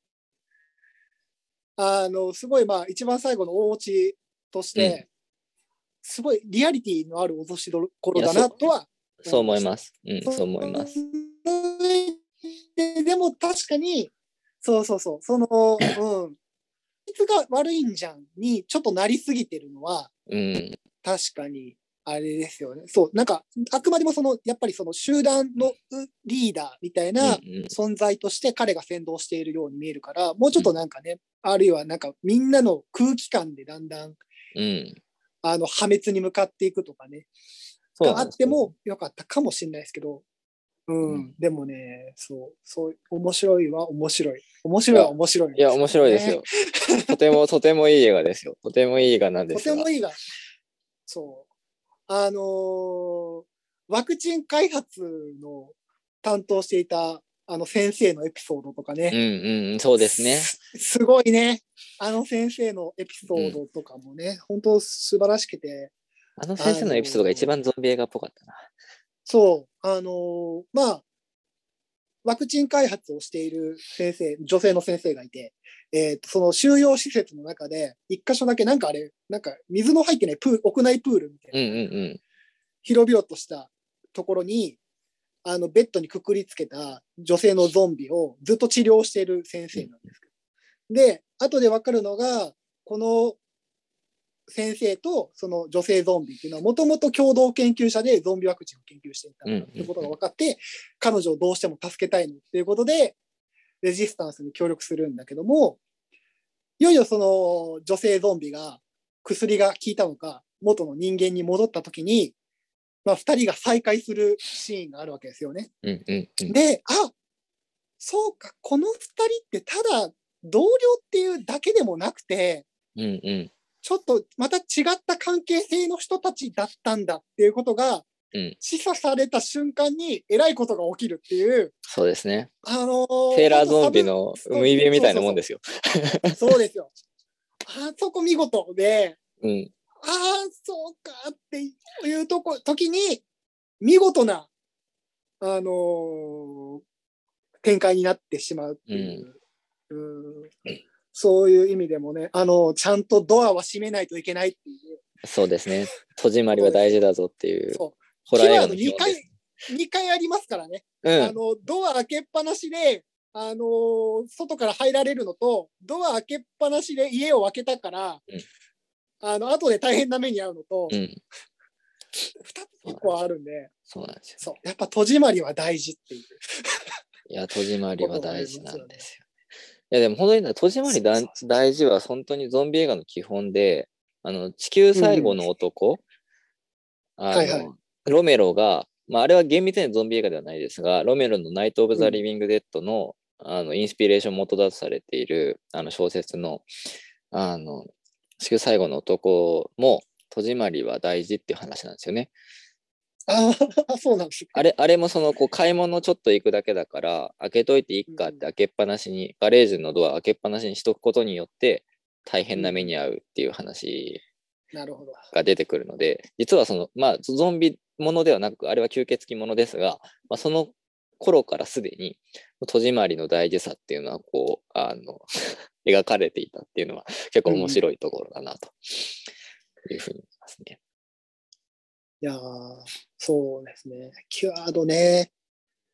あのすごいまあ一番最後の大落ちとして、うん、すごいリアリティのある落としどころだなとは思いました。そう思います。うん、そう思います。 で, でも確かにそうそうそうそのうん質が悪いんじゃんにちょっとなりすぎてるのは、 うん、 確かにあれですよね。そうなんかあくまでもそのやっぱりその集団のリーダーみたいな存在として彼が先導しているように見えるから、もうちょっとなんかね、うん、あるいはなんかみんなの空気感でだんだん、うん、あの破滅に向かっていくとかねがあってもよかったかもしれないですけど、うん、うん、でもね、そうそう面白いは面白い面白いは面白い、ね、 いや面白いですよ。とてもとてもいい映画ですよ。とてもいい映画なんですが。 とてもいい映画。そうあのー、ワクチン開発の担当していたあの先生のエピソードとかね。 うんうん、そうですね。 す, すごいね。あの先生のエピソードとかもね、うん、本当素晴らしくて。 あの先生のエピソードが一番ゾンビ映画っぽかったな。 そう。あのー、まあ、ワクチン開発をしている先生、女性の先生がいて、えー、とその収容施設の中で、一箇所だけなんかあれ、なんか水の入ってないプール、屋内プールみたいな、 うんうんうん、 広々としたところに、あのベッドにくくりつけた女性のゾンビをずっと治療している先生なんですけど、うん、で、後で分かるのが、この先生とその女性ゾンビっていうのはもともと共同研究者でゾンビワクチンを研究していたってことが分かって、うんうんうん、彼女をどうしても助けたいのっていうことでレジスタンスに協力するんだけども、いよいよその女性ゾンビが薬が効いたのか元の人間に戻った時に、まあ、ふたりが再会するシーンがあるわけですよね、 うんうんうん、 で、あ、そうか、このふたりってただ同僚っていうだけでもなくて、 うんうん、 ちょっとまた違った関係性の人たちだったんだっていうことが、うん、示唆された瞬間にえらいことが起きるっていう。 そうですね。 あのー、 セーラーゾンビの無意味みたいなもんですよ。 そうですよ。あそこ見事で、 うん、 ああ、そうかっていうとこ時に見事な、あのー、展開になってしまうっていう。うん、うん、そういう意味でもね、あのちゃんとドアは閉めないといけないっていう。 そうですね。戸締まりは大事だぞっていう。 そうホラー映画の基本です。にかいありますからね。うん、あのドア開けっぱなしで、あのー、外から入られるのと、ドア開けっぱなしで家を開けたから、うん、あの後で大変な目に遭うのと、うん、ふたつ結構あるんで、 そうなんですよ。 そうやっぱ戸締まりは大事っていう。 いや、戸締まりは大事なんですよ。いや、でも本当に戸締まりだ大事は本当にゾンビ映画の基本で、あの地球最後の男、うん、あの、はいはい、ロメロが、まあ、あれは厳密にゾンビ映画ではないですが、ロメロのナイト・オブ・ザ・リビング・デッドの、うん、あのインスピレーション元だとされているあの小説の、あの、地球最後の男も戸締まりは大事っていう話なんですよね。 ああ、そうなんですね。 あれ、あれもそのこう買い物ちょっと行くだけだから開けといていいかって開けっぱなしに、うん、ガレージのドア開けっぱなしにしとくことによって大変な目に遭うっていう話が出てくるので、うん、実はそのまあゾンビものではなくあれは吸血鬼ものですが、まあ、その頃からすでに戸締まりの大事さっていうのはこうあの描かれていたっていうのは結構面白いところだなというふうに思いますね。 いやそうですね。キュアードね。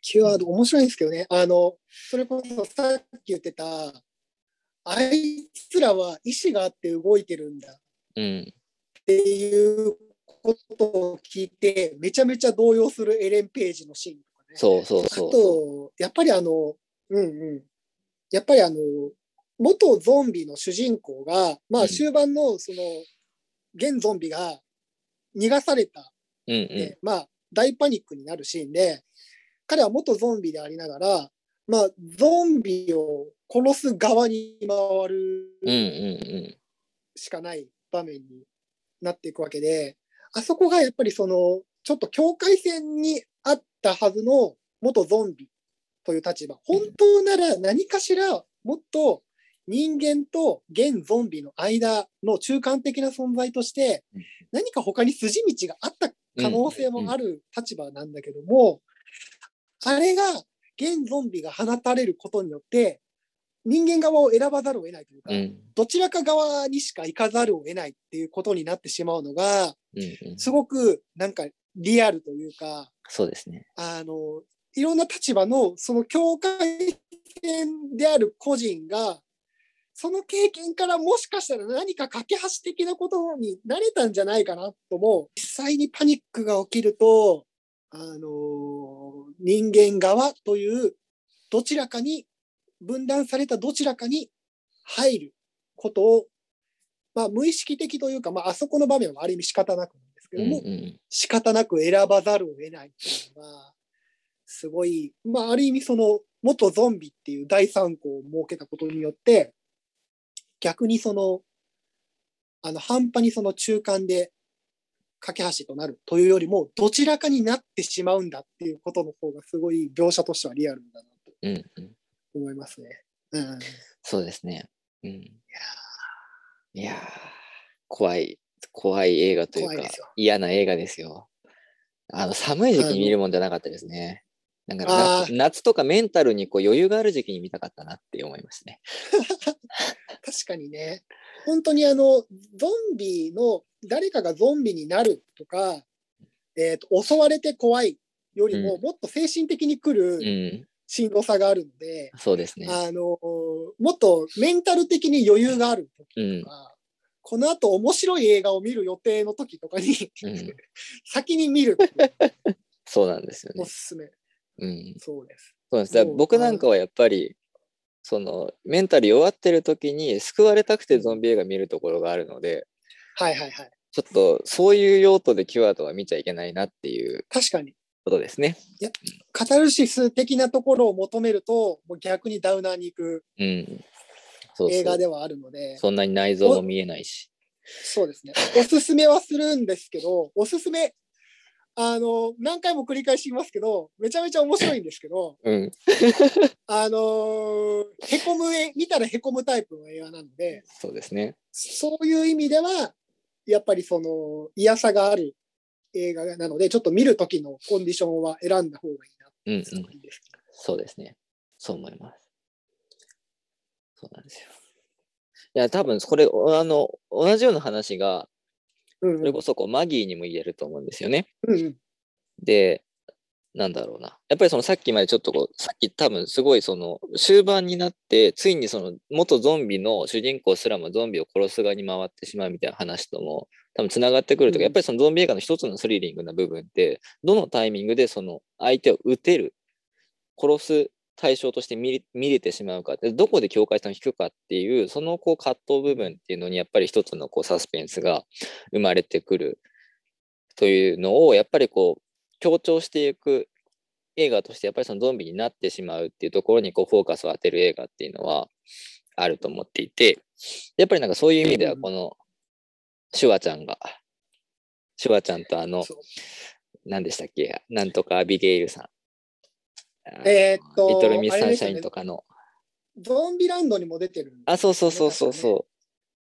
キーワード面白いんですけどね。あの、それこそさっき言ってた、あいつらは意志があって動いてるんだっていうことを聞いて、めちゃめちゃ動揺するエレン・ページのシーンとかね。 そうそうそう。 あと、やっぱりあの、うんうん。やっぱりあの、元ゾンビの主人公が、まあ終盤のその、現ゾンビが逃がされた。 うんうん、 まあ大パニックになるシーンで、彼は元ゾンビでありながら、まあゾンビを殺す側に回るしかない場面になっていくわけで、あそこがやっぱりその、ちょっと境界線にあったはずの元ゾンビという立場。本当なら何かしらもっと人間と現ゾンビの間の中間的な存在として、何か他に筋道があった可能性もある立場なんだけども、あれが現ゾンビが放たれることによって、人間側を選ばざるを得ないというか、うん、どちらか側にしか行かざるを得ないっていうことになってしまうのが、うんうん、すごくなんかリアルというか、 そうですね。 あの、いろんな立場のその境界線である個人が、その経験からもしかしたら何か架け橋的なことになれたんじゃないかなとも、実際にパニックが起きると、あの、人間側というどちらかに分断されたどちらかに入ることを、まあ、無意識的というか、まあ、あそこの場面はある意味仕方なくなんですけども、うんうん、仕方なく選ばざるを得ないっていうのが、すごい、まあ、ある意味その、元ゾンビっていう第三項を設けたことによって、逆にその、あの、半端にその中間で架け橋となるというよりも、どちらかになってしまうんだっていうことの方がすごい描写としてはリアルだなと思いますね。うんうん、 そうですね。うん、いやいや怖い、怖い映画というか、嫌な映画ですよ。あの、寒い時期に見るもんじゃなかったですね。なんか 夏, 夏とかメンタルにこう余裕がある時期に見たかったなって思いますね。 確かにね。本当にあの、ゾンビの、誰かがゾンビになるとか、えーと、襲われて怖いよりも、うん、もっと精神的に来るしんどさがあるので、 うん、そうですね。 あの、もっとメンタル的に余裕がある時とか、うん、この後面白い映画を見る予定の時とかに、うん、先に見る。 そうなんですよね。 おすすめ。 うん、 そうです。 そうです。だから僕なんかはやっぱり、そのメンタル弱ってる時に救われたくてゾンビ映画見るところがあるので、 はいはいはい。 ちょっとそういう用途でキュアードは見ちゃいけないなっていう確かにことですね。 いやカタルシス的なところを求めるともう逆にダウナーに行く映画ではあるので、うん、そうそうそんなに内臓も見えないし。 そうですね。おすすめはするんですけど、おすすめあの何回も繰り返しますけど、めちゃめちゃ面白いんですけど、うん、あのへこむ見たらへこむタイプの映画なので、 そうですね。 そういう意味ではやっぱりその嫌さがある映画なので、ちょっと見るときのコンディションは選んだ方がいいなっていう、 うんうん、そうですね。そう思います。そうなんですよ。いや、多分これあの同じような話が、それこそこうマギーにも言えると思うんですよね。 うんうん、 で、なんだろうな。やっぱりそのさっきまでちょっとこう、さっき多分すごいその終盤になって、ついにその元ゾンビの主人公すらもゾンビを殺す側に回ってしまうみたいな話とも多分つながってくるとか、うん、やっぱりそのゾンビ映画の一つのスリリングな部分って、どのタイミングでその相手を撃てる、殺す対象として 見, 見れてしまうかって、どこで境界線を引くかっていう、そのこう葛藤部分っていうのにやっぱり一つのこうサスペンスが生まれてくるというのを、やっぱりこう、強調していく映画として、やっぱりそのゾンビになってしまうっていうところにこうフォーカスを当てる映画っていうのはあると思っていて、やっぱりなんかそういう意味ではこのシュワちゃんが、シュワちゃんとあの、何でしたっけ、なんとかアビゲイルさん。 えー、っと、 リトルミスサンシャインとかの。 ゾンビランドにも出てる、ね。 あ、そうそうそうそうそう。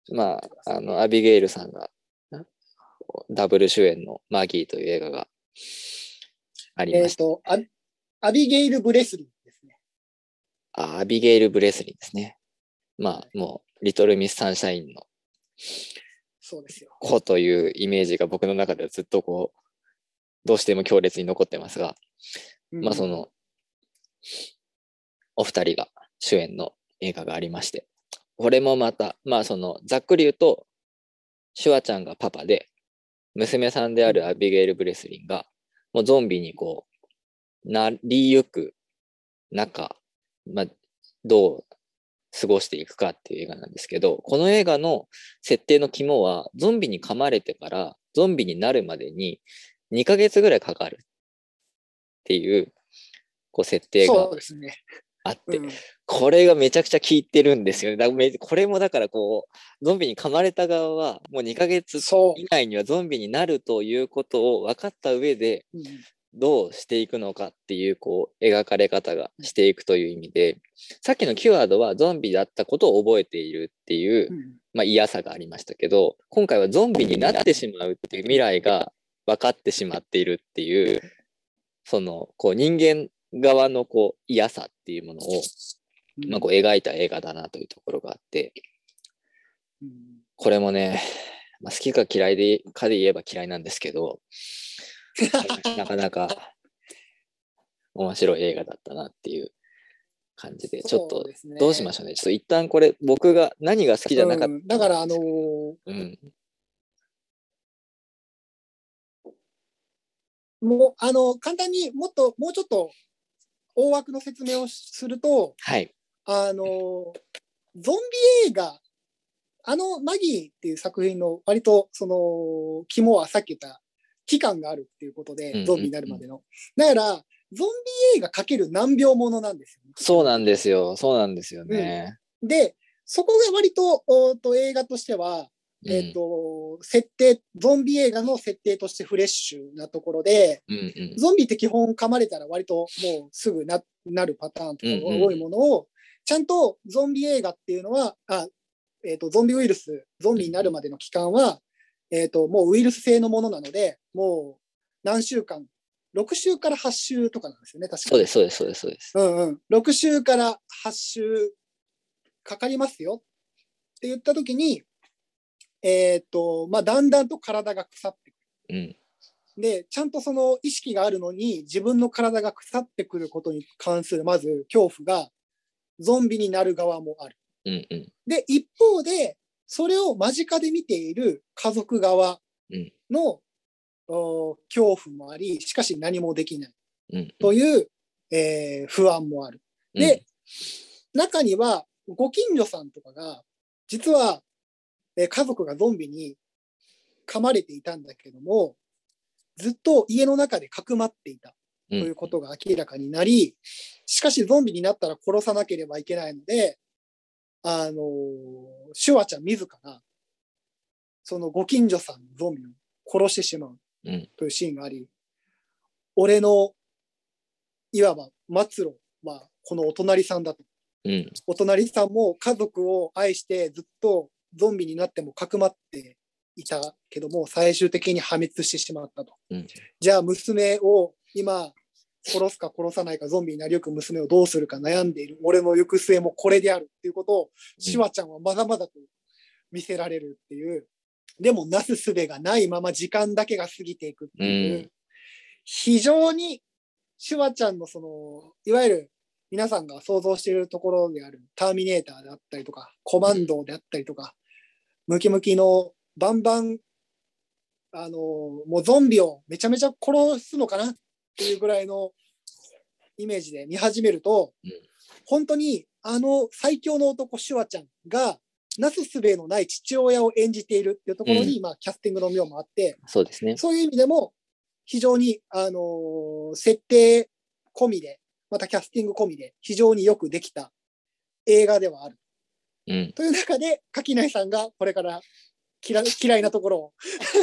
ね、まあ、あの、アビゲイルさんがダブル主演のマギーという映画がありました。 えー、っとア、アビゲイル・ブレスリーですね。 あ、アビゲイル・ブレスリーですね。まあ、もう、リトルミスサンシャインのそうですよ。 子というイメージが僕の中ではずっとこう、どうしても強烈に残ってますが、うん、まあその、 お二人が主演の映画がありまして、これもまた、まあそのざっくり言うと、シュワちゃんがパパで、娘さんであるアビゲイル・ブレスリンが、もうゾンビにこう、なりゆく中、まあ、どう過ごしていくかっていう映画なんですけど、この映画の設定の肝は、ゾンビに噛まれてからゾンビになるまでににかげつぐらいかかるっていう、こう設定があって、 そうですね。 うん、これがめちゃくちゃ効いてるんですよね。だこれもだからこう、ゾンビに噛まれた側は、もうにかげつ以内にはゾンビになるということを分かった上で、どうしていくのかっていう、こう、描かれ方がしていくという意味で、さっきのキュワードはゾンビだったことを覚えているっていう、まあ嫌さがありましたけど、今回はゾンビになってしまうっていう未来が分かってしまっているっていう、その、こう、人間側のこう嫌さっていうものを、まあ、こう描いた映画だなというところがあって、これもね、まあ、好きか嫌いでかで言えば嫌いなんですけど、なかなか面白い映画だったなっていう感じで、ちょっとどうしましょうね。ちょっと一旦これ僕が何が好きじゃなかった、うん、 だからあのーうん、 もうあの簡単にもっともうちょっと大枠の説明をすると、 はい、 あのゾンビ映画、あのマギーっていう作品の割とその肝はさっき言った期間があるっていうことで、ゾンビになるまでの。だからゾンビ映画かける難病ものなんですよね。 そうなんですよ。そうなんですよね。 うん、で、そこが割とおと映画としては、えーと、設定、ゾンビ映画の設定としてフレッシュなところで、 うんうん、 ゾンビって基本噛まれたら割ともうすぐ な, なるパターンとかが多いものを、うんうん、ちゃんとゾンビ映画っていうのは、あ、えーと、ゾンビウイルス、ゾンビになるまでの期間は、うん、えーと、もうウイルス性のものなので、もう何週間、ろくしゅうからはちしゅうとかなんですよね、確かに。 そうです、そうです、そうです、そうです。 うんうん。ろくしゅうからはちしゅうかかりますよって言ったときに、えっと、まあ、だんだんと体が腐ってくる。うん、で、ちゃんとその意識があるのに、自分の体が腐ってくることに関する、まず恐怖が、ゾンビになる側もある。 うんうん、 で、一方で、それを間近で見ている家族側の、うん、恐怖もあり、しかし何もできない。うん、という、えー、不安もある。で、うん、中には、ご近所さんとかが、実は、えー、家族がゾンビに噛まれていたんだけども、ずっと家の中でかくまっていたということが明らかになり、うん、しかしゾンビになったら殺さなければいけないので、あのー、シュワちゃん自ら、そのご近所さんのゾンビを殺してしまうというシーンがあり、うん、俺の、いわば末路はこのお隣さんだと。うん、お隣さんも家族を愛してずっとゾンビになってもかくまっていたけども、最終的に破滅してしまったと。うん、じゃあ娘を今殺すか殺さないか、ゾンビになりゆく娘をどうするか悩んでいる俺の行く末もこれであるっていうことを、うん、シュワちゃんはまだまだと見せられるっていう。でもなすすべがないまま時間だけが過ぎていくっていう、うん、非常にシュワちゃんのそのいわゆる皆さんが想像しているところであるターミネーターであったりとかコマンドであったりとか、ムキムキのバンバンあのもうゾンビをめちゃめちゃ殺すのかなっていうぐらいのイメージで見始めると、うん、本当にあの最強の男シュワちゃんがなすすべのない父親を演じているっていうところに、うん、まあ、キャスティングの妙もあって、 そうですね。 そういう意味でも非常に、あのー、設定込みでまたキャスティング込みで非常によくできた映画ではある。うん、という中で垣内さんがこれから嫌い、嫌いなところを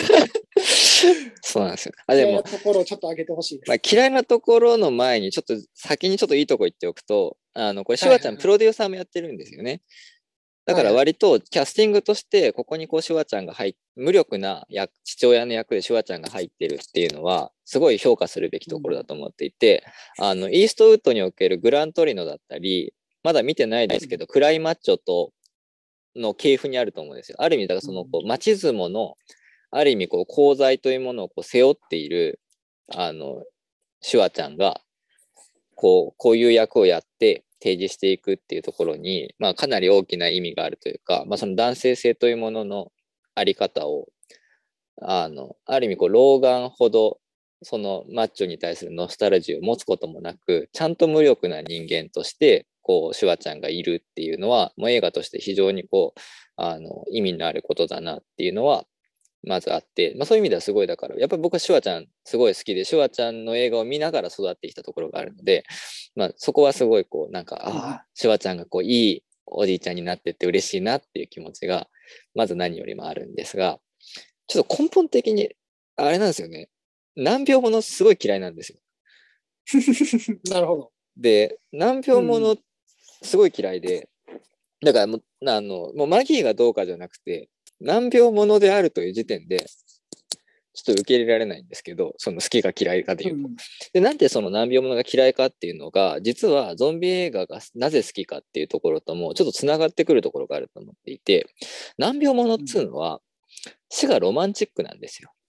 そうなんですよ。 あでも嫌いなところをちょっと上げてほしいです。 まあ、嫌いなところの前にちょっと先にちょっといいとこ言っておくと、あのこれシュワちゃんプロデューサーもやってるんですよね。だから割とキャスティングとしてここにこうシュワちゃんが入っ無力な役父親の役でシュワちゃんが入ってるっていうのはすごい評価するべきところだと思っていて、うん、あのイーストウッドにおけるグラントリノだったりまだ見てないですけど、うん、クライマッチョとの系譜にあると思うんですよ。ある意味だからそのこうマチズモのある意味こう功罪というものをこう背負っているあのシュワちゃんがこう、こういう役をやって提示していくっていうところに、まあ、かなり大きな意味があるというか、まあ、その男性性というもののあり方を、あの、ある意味こう、老眼ほど、そのマッチョに対するノスタルジーを持つこともなく、ちゃんと無力な人間として、こう、シュワちゃんがいるっていうのは、もう映画として非常にこう、あの、意味のあることだなっていうのは、まずあって、まあ、そういう意味ではすごいだから、やっぱり僕はシュワちゃんすごい好きで、シュワちゃんの映画を見ながら育ってきたところがあるので、まあ、そこはすごいこう、なんか、ああ、シュワちゃんがこう、いいおじいちゃんになってって嬉しいなっていう気持ちが、まず何よりもあるんですが、ちょっと根本的に、あれなんですよね。難病ものすごい嫌いなんですよ。 なるほど。 で、難病ものすごい嫌いで、だからもう、あの、もうマギーがどうかじゃなくて、難病ものであるという時点で、ちょっと受け入れられないんですけど、その好きか嫌いかでいうと。うん、で、なんでその難病ものが嫌いかっていうのが、実はゾンビ映画がなぜ好きかっていうところとも、ちょっとつながってくるところがあると思っていて、難病ものっつうのは、死がロマンチックなんですよ。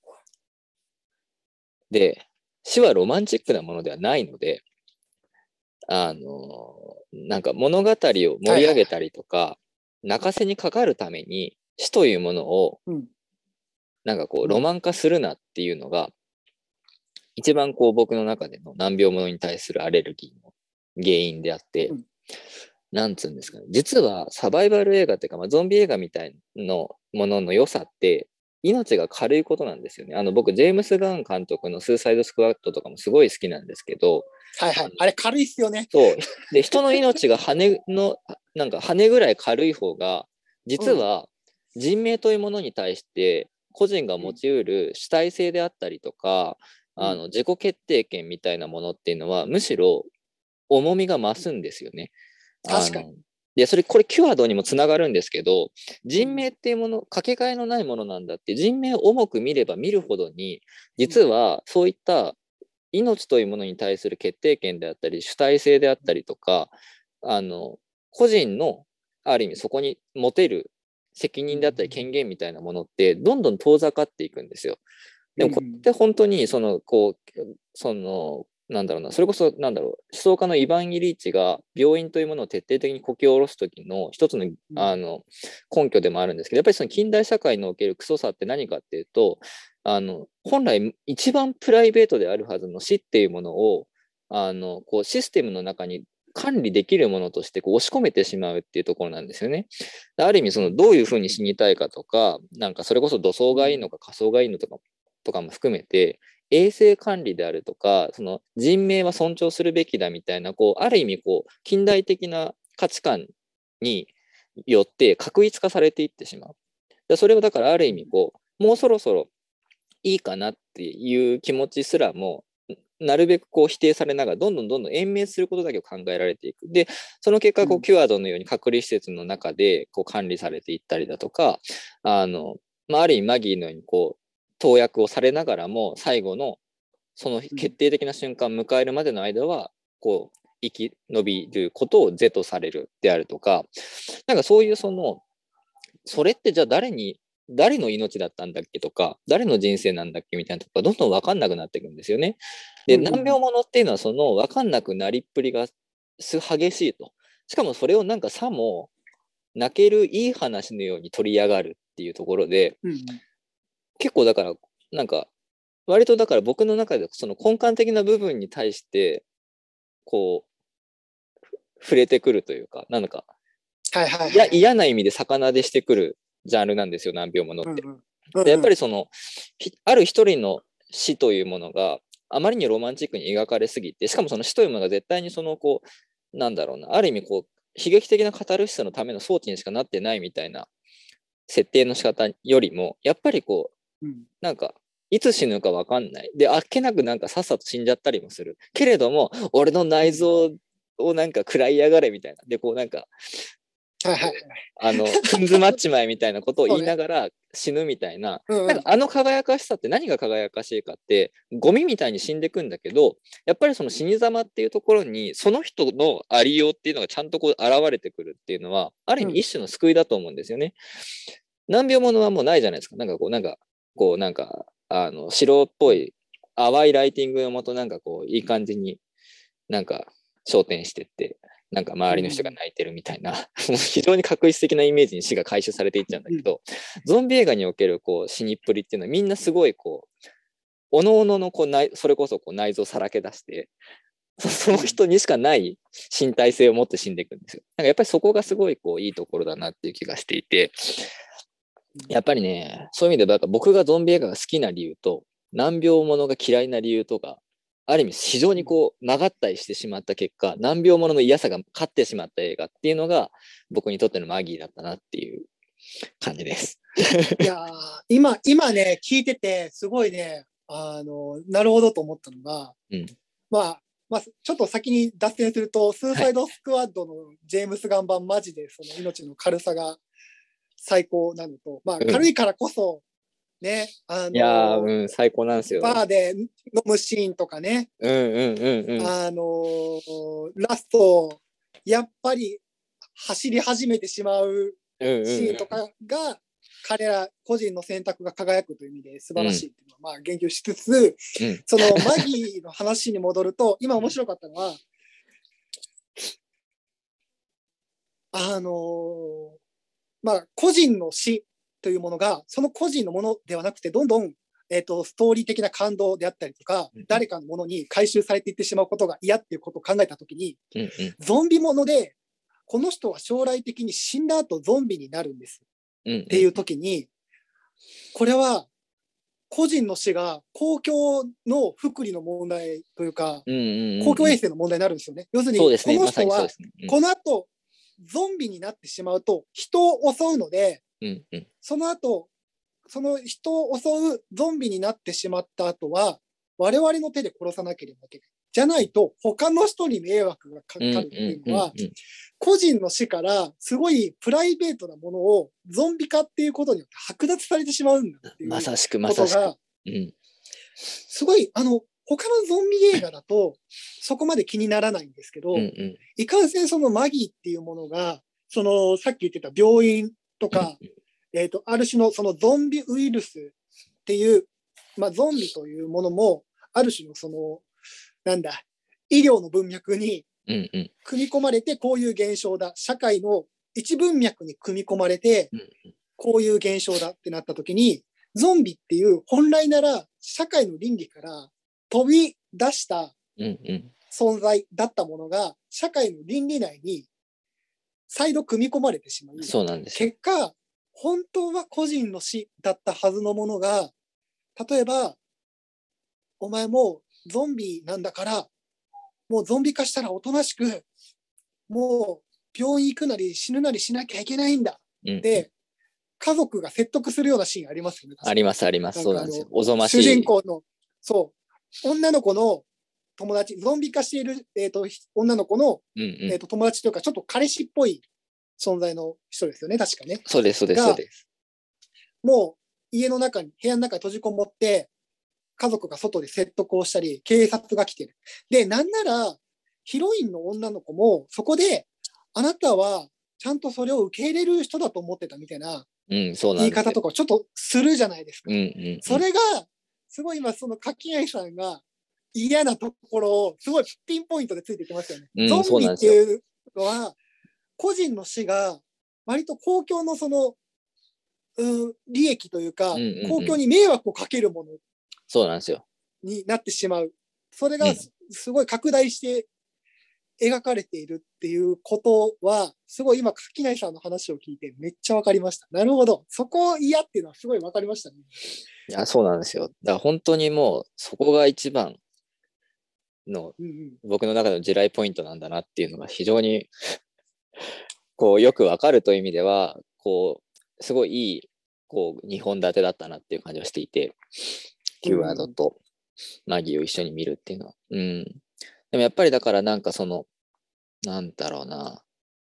で、死はロマンチックなものではないので、あの、なんか物語を盛り上げたりとか、はいはい、泣かせにかかるために死というものを、なんかこうロマン化するなっていうのが、一番こう僕の中での難病ものに対するアレルギーの原因であって、うん、なんつうんですかね、実はサバイバル映画っていうか、まあ、ゾンビ映画みたいなものの良さって、命が軽いことなんですよね。あの僕、ジェームス・ガン監督のスーサイド・スクワットとかもすごい好きなんですけど、 はいはい、あれ軽いっすよね。 そう。で、人の命が羽の、なんか羽ぐらい軽い方が、実は人命というものに対して個人が持ちうる主体性であったりとか、うん、あの自己決定権みたいなものっていうのは、むしろ重みが増すんですよね。 確かに。 で、それ、これ、キュアドにもつながるんですけど、人命っていうもの、かけがえのないものなんだって、人命を重く見れば見るほどに、実はそういった命というものに対する決定権であったり、主体性であったりとか、あの、個人の、ある意味そこに持てる責任であったり権限みたいなものって、どんどん遠ざかっていくんですよ。でも、これって本当に、その、こう、その、なんだろうな、それこそ、なんだろう、思想家のイヴァン・イリーチが病院というものを徹底的にこき下ろす時の一つの、あの根拠でもあるんですけど、やっぱりその近代社会におけるクソさって何かっていうと、あの本来一番プライベートであるはずの死っていうものを、あのこうシステムの中に管理できるものとしてこう押し込めてしまうっていうところなんですよね。ある意味、そのどういうふうに死にたいかとか、なんかそれこそ土葬がいいのか火葬がいいのとかとかも含めて、衛生管理であるとか、その人命は尊重するべきだみたいな、こう、ある意味、こう、近代的な価値観によって確一化されていってしまう。それをだからある意味、こう、もうそろそろいいかなっていう気持ちすらも、なるべくこう否定されながら、どんどんどんどん延命することだけを考えられていく。で、その結果、こう、キュアドのように隔離施設の中でこう管理されていったりだとか、あの、まあ、ある意味、マギーのようにこう、投薬をされながらも、最後のその決定的な瞬間を迎えるまでの間は、こう、生き延びることを是とされるであるとか、なんかそういうその、それってじゃあ誰に、誰の命だったんだっけとか、誰の人生なんだっけみたいなとこがどんどん分かんなくなっていくんですよね。で、難病ものっていうのはその分かんなくなりっぷりが激しいと。しかもそれをなんかさも泣けるいい話のように取り上がるっていうところで、うん、結構だから、なんか、割とだから僕の中でその根幹的な部分に対して、こう、触れてくるというか、なんか、 はいはいはい、 いや嫌な意味で魚でしてくるジャンルなんですよ、難病ものって。うんうん、でやっぱりその、ある一人の死というものがあまりにロマンチックに描かれすぎて、しかもその死というものが絶対にその、こう、なんだろうな、ある意味こう、悲劇的なカタルシスのための装置にしかなってないみたいな設定の仕方よりも、やっぱりこう、うん、なんか、いつ死ぬか分かんない。で、あっけなくなんかさっさと死んじゃったりもする。けれども、俺の内臓をなんか食らいやがれみたいな。で、こうなんか、 はいはい、 あの、ふん詰まっちまえみたいなことを言いながら死ぬみたいな。ね、なんかあの輝かしさって何が輝かしいかって、ゴミみたいに死んでくんだけど、やっぱりその死に様っていうところに、その人のありようっていうのがちゃんとこう現れてくるっていうのは、ある意味一種の救いだと思うんですよね。うん、難病ものはもうないじゃないですか。なんかこう、なんか、こう、なんか、あの白っぽい淡いライティングのもとなんかこういい感じになんか焦点してって、なんか周りの人が泣いてるみたいな、うん、非常に確実的なイメージに死が回収されていっちゃうんだけど、うん、ゾンビ映画におけるこう死にっぷりっていうのはみんなすごいこうおのおののこう内それこそこう内臓さらけ出してその人にしかない身体性を持って死んでいくんですよ。なんかやっぱりそこがすごいこういいところだなっていう気がしていて、やっぱりね、そういう意味では僕がゾンビ映画が好きな理由と難病ものが嫌いな理由とか、ある意味非常にこう曲がったりしてしまった結果、難病ものの嫌さが勝ってしまった映画っていうのが僕にとってのマギーだったなっていう感じです。 いや今今ね聞いててすごいね、あのなるほどと思ったのが、うん、まあまあちょっと先に脱線すると、スーサイドスクワッドのジェームス・ガン版マジでその命の軽さが最高なのと、まあ軽いからこそね、 うん、あのいやうん最高なんですよ。 バーで飲むシーンとかね、 うんうんうんうん、 あのラストやっぱり走り始めてしまうシーンとかが、うんうん、彼ら個人の選択が輝くという意味で素晴らしいっていうのは、まあ言及しつつ、うん、そのマギーの話に戻ると、今面白かったのは、あのー、まあ個人の死というものがその個人のものではなくて、どんどん、えーと、ストーリー的な感動であったりとか、うん、誰かのものに回収されていってしまうことが嫌っていうことを考えたときに、うんうん、ゾンビものでこの人は将来的に死んだ後ゾンビになるんです、うんうん、っていうときに、これは個人の死が公共の福利の問題というか、うんうんうんうん、公共衛生の問題になるんですよね。要するに、この人はこの後ゾンビになってしまうと人を襲うので、うんうん、その後その人を襲うゾンビになってしまった後は我々の手で殺さなければいけない。じゃないと他の人に迷惑がかかるっていうのは、うんうんうんうん、個人の死からすごいプライベートなものをゾンビ化っていうことによって剥奪されてしまうんだっていうことが、まさしくまさしく、うん、すごいあの他のゾンビ映画だとそこまで気にならないんですけど、うんうん、いかんせんそのマギーっていうものがそのさっき言ってた病院とか、うんうん、えーと、ある種のそのゾンビウイルスっていう、まあ、ゾンビというものもある種のそのなんだ医療の文脈に組み込まれて、こういう現象だ、社会の一文脈に組み込まれてこういう現象だってなった時に、ゾンビっていう本来なら社会の倫理から飛び出した存在だったものが社会の倫理内に再度組み込まれてしまう。 そうなんです。 結果本当は個人の死だったはずのものが、例えばお前もうゾンビなんだからもうゾンビ化したらおとなしくもう病院行くなり死ぬなりしなきゃいけないんだって、うん、家族が説得するようなシーンありますよね。 ありますあります。そうなんですよ。おぞましい。 主人公のそう女の子の友達、ゾンビ化している、えー、と女の子の、うんうんえー、と友達というかちょっと彼氏っぽい存在の人ですよね、確かね。 そうですそうですそうです。 もう家の中に部屋の中に閉じこもって家族が外で説得をしたり警察が来てる。でなんならヒロインの女の子もそこであなたはちゃんとそれを受け入れる人だと思ってたみたいな言い方とかをちょっとするじゃないですか。うんうんうん、それがすごい今その柿谷さんが嫌なところをすごいピンポイントでついてきますよね。うん、ゾンビっていうのは個人の死が割と公共のその、うん、利益というか、うんうんうん、公共に迷惑をかけるものそうなんですよになってしまう。それがすごい拡大して描かれているっていうことはすごい今柿内さんの話を聞いてめっちゃ分かりました。なるほど、そこ嫌っていうのはすごい分かりましたね。 いやそうなんですよ。だから本当にもうそこが一番の、うんうん、僕の中の地雷ポイントなんだなっていうのが非常にこうよく分かるという意味ではこうすごいいいこうにほん立てだったなっていう感じはしていて、キュワードとマギーを一緒に見るっていうのは、うん、でもやっぱりだからなんかそのなんだろうな、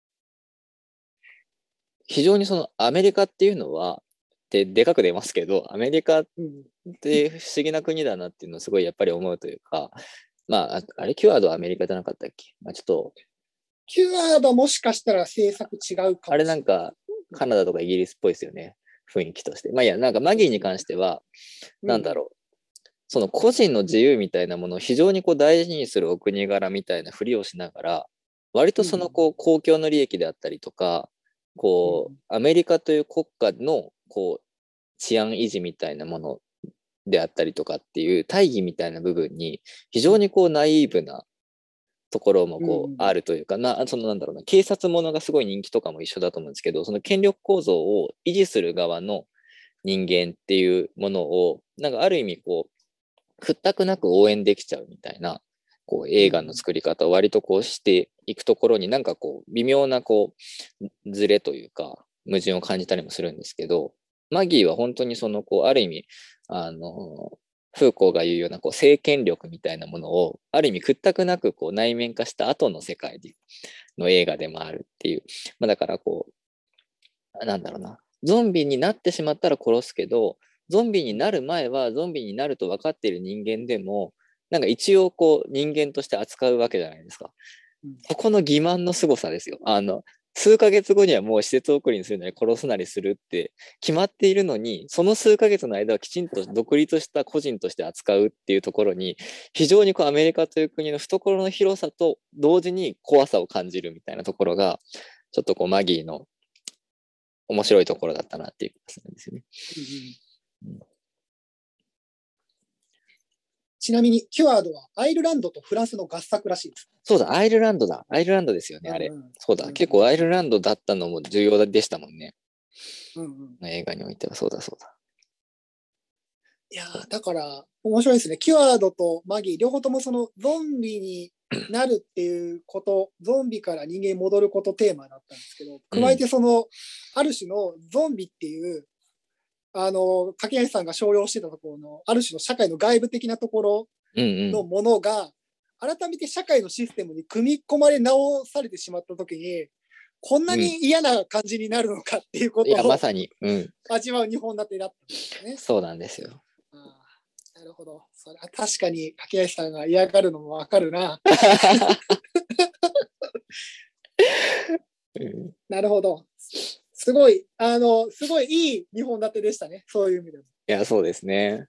非常にそのアメリカっていうのはででかく出ますけど、アメリカって不思議な国だなっていうのをすごいやっぱり思うというか、まああれキュワードはアメリカじゃなかったっけ、まあ、ちょっとキュワードもしかしたら制作違うかもしれない。 あれなんかカナダとかイギリスっぽいですよね、雰囲気として。まあいや、なんかマギーに関しては、うん、なんだろう、 その個人の自由みたいなものを非常にこう大事にするお国柄みたいなふりをしながら、割とそのこう公共の利益であったりとか、こうアメリカという国家のこう治安維持みたいなものであったりとかっていう大義みたいな部分に非常にこうナイーブなところもこうあるというか、なそのなんだろうな、警察ものがすごい人気とかも一緒だと思うんですけど、その権力構造を維持する側の人間っていうものをなんかある意味こう屈託なく応援できちゃうみたいなこう映画の作り方を割とこうしていくところになんかこう微妙なこうズレというか矛盾を感じたりもするんですけど、マギーは本当にそのこうある意味あのフーコーが言うようなこう政権力みたいなものをある意味屈託なくこう内面化した後の世界の映画でもあるっていう、まあ、だからこうなんだろうな、ゾンビになってしまったら殺すけどゾンビになる前はゾンビになると分かっている人間でもなんか一応こう人間として扱うわけじゃないですか。そこの欺瞞の凄さですよ。あの数ヶ月後にはもう施設送りにするなり殺すなりするって決まっているのに、その数ヶ月の間はきちんと独立した個人として扱うっていうところに非常にこうアメリカという国の懐の広さと同時に怖さを感じるみたいなところがちょっとこうマギーの面白いところだったなっていう気がするんですよね。うんうん、 ちなみにキュアードはアイルランドとフランスの合作らしいです。 そうだ、アイルランドだ。アイルランドですよね、あれ。うん、そうだ、うん、結構アイルランドだったのも重要でしたもんね。うんうん、映画においてはそうだそうだ。 いやだから面白いですね。キュアードとマギー両方ともそのゾンビになるっていうことゾンビから人間に戻ることテーマだったんですけど、加えてその、うん、ある種のゾンビっていうあの柿谷さんが商用してたところのある種の社会の外部的なところのものが、うんうん、改めて社会のシステムに組み込まれ直されてしまった時にこんなに嫌な感じになるのかっていうことを、うん、いやまさに、うん、味わう日本だってだったんですよね。 そうなんですよ。 あなるほど。それは確かに柿谷さんが嫌がるのもわかるな。うん、なるほど。すごい、あの、すごいいいにほん立てでしたね。そういう意味でも。 いや、そうですね。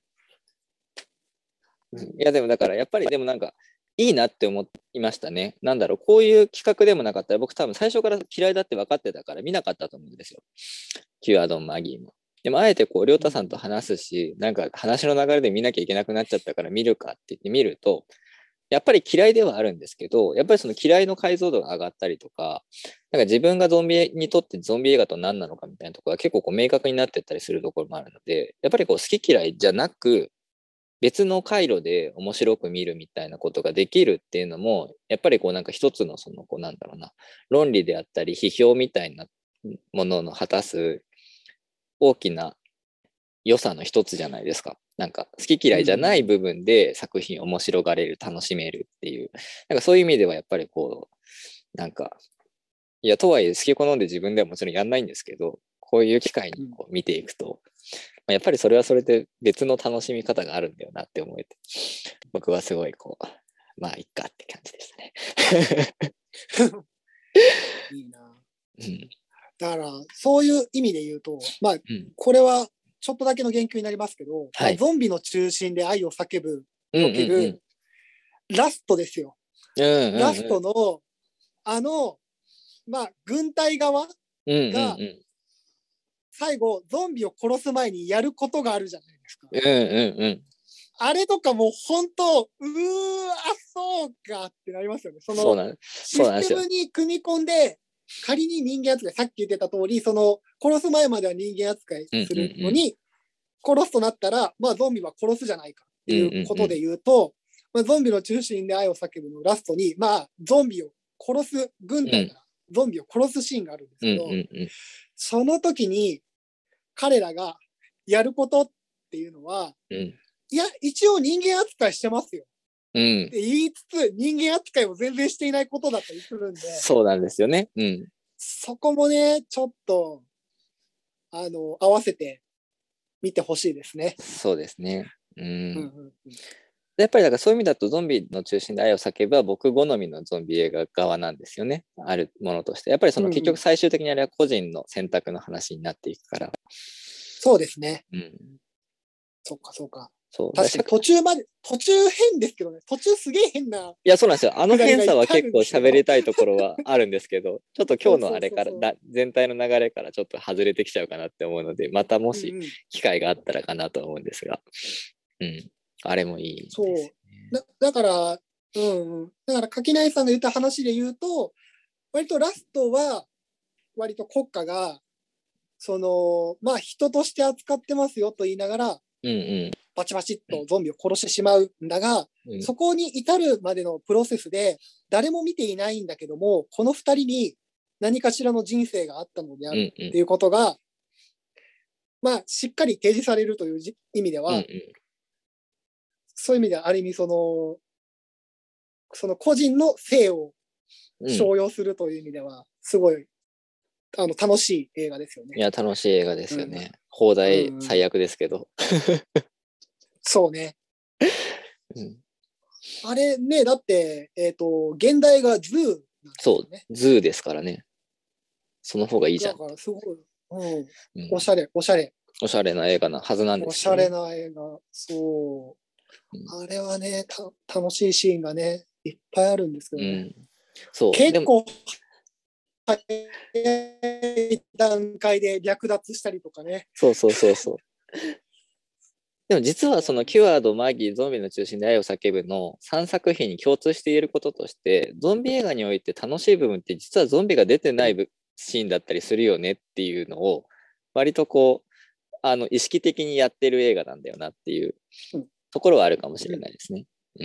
いや、でもだから、やっぱりでもなんか、いいなって思いましたね。なんだろう、こういう企画でもなかったら、僕多分最初から嫌いだって分かってたから見なかったと思うんですよ。キュアドン・マギーも。でも、あえてこう、りょうたさんと話すし、なんか話の流れで見なきゃいけなくなっちゃったから見るかって言って見ると、やっぱり嫌いではあるんですけど、やっぱりその嫌いの解像度が上がったりとか、なんか自分がゾンビにとってゾンビ映画と何なのかみたいなところが結構こう明確になってったりするところもあるので、やっぱりこう好き嫌いじゃなく、別の回路で面白く見るみたいなことができるっていうのも、やっぱりこうなんか一つのそのこうなんだろうな、論理であったり批評みたいなものの果たす大きな良さの一つじゃないですか。なんか好き嫌いじゃない部分で作品面白がれる、楽しめるっていう、なんかそういう意味ではやっぱりこう、なんか、いや、とはいえ好き好んで自分ではもちろんやんないんですけど、こういう機会にこう見ていくと、やっぱりそれはそれで別の楽しみ方があるんだよなって思えて、僕はすごいこう、まあいっかって感じでしたね。 いいな、うん。だからそういう意味で言うと、まあ、うん、これはちょっとだけの言及になりますけど、はい、まあ、ゾンビの中心で愛を叫ぶにおける、うんうんうん、ラストですよ。うんうんうん、ラストのあの、まあ、軍隊側が、うんうんうん、最後ゾンビを殺す前にやることがあるじゃないですか。うんうんうん、あれとかもう本当うーわそうかってなりますよね。そのシステムに組み込んで仮に人間扱い、さっき言ってた通りその殺す前までは人間扱いするのに、うんうんうん、殺すとなったら、まあ、ゾンビは殺すじゃないかっていうことで言うと、うんうんうんまあ、ゾンビの中心で愛を叫ぶのラストに、まあ、ゾンビを殺す軍隊からゾンビを殺すシーンがあるんですけど、うんうんうん、その時に彼らがやることっていうのは、うん、いや一応人間扱いしてますよ、うん、って言いつつ人間扱いを全然していないことだったりするんで、 そうなんですよね、うん、 そこもねちょっとあの合わせて見てほしいですね。 そうですね、うんうんうんうんやっぱりだからそういう意味だとゾンビの中心で愛を叫べば僕好みのゾンビ映画側なんですよね。あるものとして。やっぱりその結局最終的にあれは個人の選択の話になっていくから。 そうですね。うん。そっかそっか。 そう確か途中まで、途中変ですけどね、途中すげえ変な。 いや、そうなんですよ。あの変さは結構喋りたいところはあるんですけど、ちょっと今日のあれからだ、全体の流れからちょっと外れてきちゃうかなって思うので、またもし機会があったらかなと思うんですが、うん、うん、あれもいいですね。 そうだ。だから、うんうん。だから、垣内さんが言った話で言うと、割とラストは、割と国家が、その、まあ、人として扱ってますよと言いながら、 うんうん、 バチバチっとゾンビを殺してしまうんだが、うん、そこに至るまでのプロセスで、誰も見ていないんだけども、この二人に何かしらの人生があったのであるっていうことが、うんうん、まあ、しっかり提示されるという意味では、うんうん、そういう意味では、ある意味、その、その個人の性を商用するという意味では、すごい、あの、楽しい映画ですよね。 いや、楽しい映画ですよね。うん、放題最悪ですけど。 うん、そうね。うん、あれね、だって、えっと、現代がズーなんですよね。 そう、ズーですからね。その方がいいじゃん。 だからすごい、うん、おしゃれ、おしゃれ。 おしゃれな映画なはずなんですよね。おしゃれな映画、そう。うん、あれはねた、楽しいシーンがね、いっぱいあるんですけどね。うん、そう結構、早い段階で略奪したりとかね。 そうそうそうそう。でも実はそのキュアード、マギー、ゾンビの中心で愛を叫ぶのさんさく品に共通して言えることとして、ゾンビ映画において楽しい部分って実はゾンビが出てないシーンだったりするよねっていうのを、割とこう、あの意識的にやってる映画なんだよなっていうところはあるかもしれないですね。うん。うん、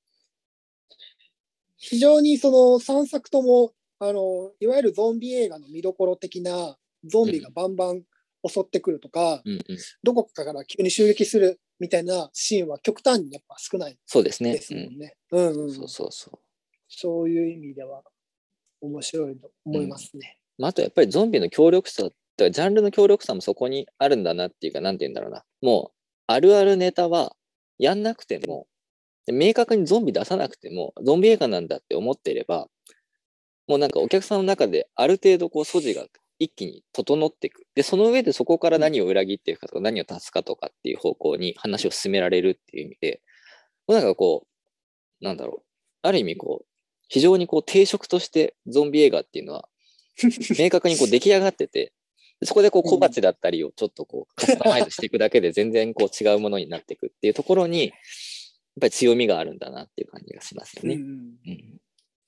非常にそのさんさくとも、あの、いわゆるゾンビ映画の見どころ的なゾンビがバンバン襲ってくるとか、うんうん、どこかから急に襲撃するみたいなシーンは極端にやっぱ少ないですもんね。そうですね。うん。うんうん、そうそうそう。そういう意味では面白いと思いますね。 うん、あとやっぱりゾンビの強力さ、ジャンルの強力さもそこにあるんだなっていうか、なんて言うんだろうな。もう、あるあるネタはやんなくても、明確にゾンビ出さなくても、ゾンビ映画なんだって思っていれば、もうなんかお客さんの中である程度こう素地が一気に整っていく。で、その上でそこから何を裏切っていくかとか、何を足すかとかっていう方向に話を進められるっていう意味で、なんかこう、なんだろう。ある意味こう、非常にこう定食としてゾンビ映画っていうのは、明確にこう出来上がってて、そこでこう小鉢だったりをちょっとこうカスタマイズしていくだけで全然こう違うものになっていくっていうところに、やっぱり強みがあるんだなっていう感じがしますよね。うんうんうん、 い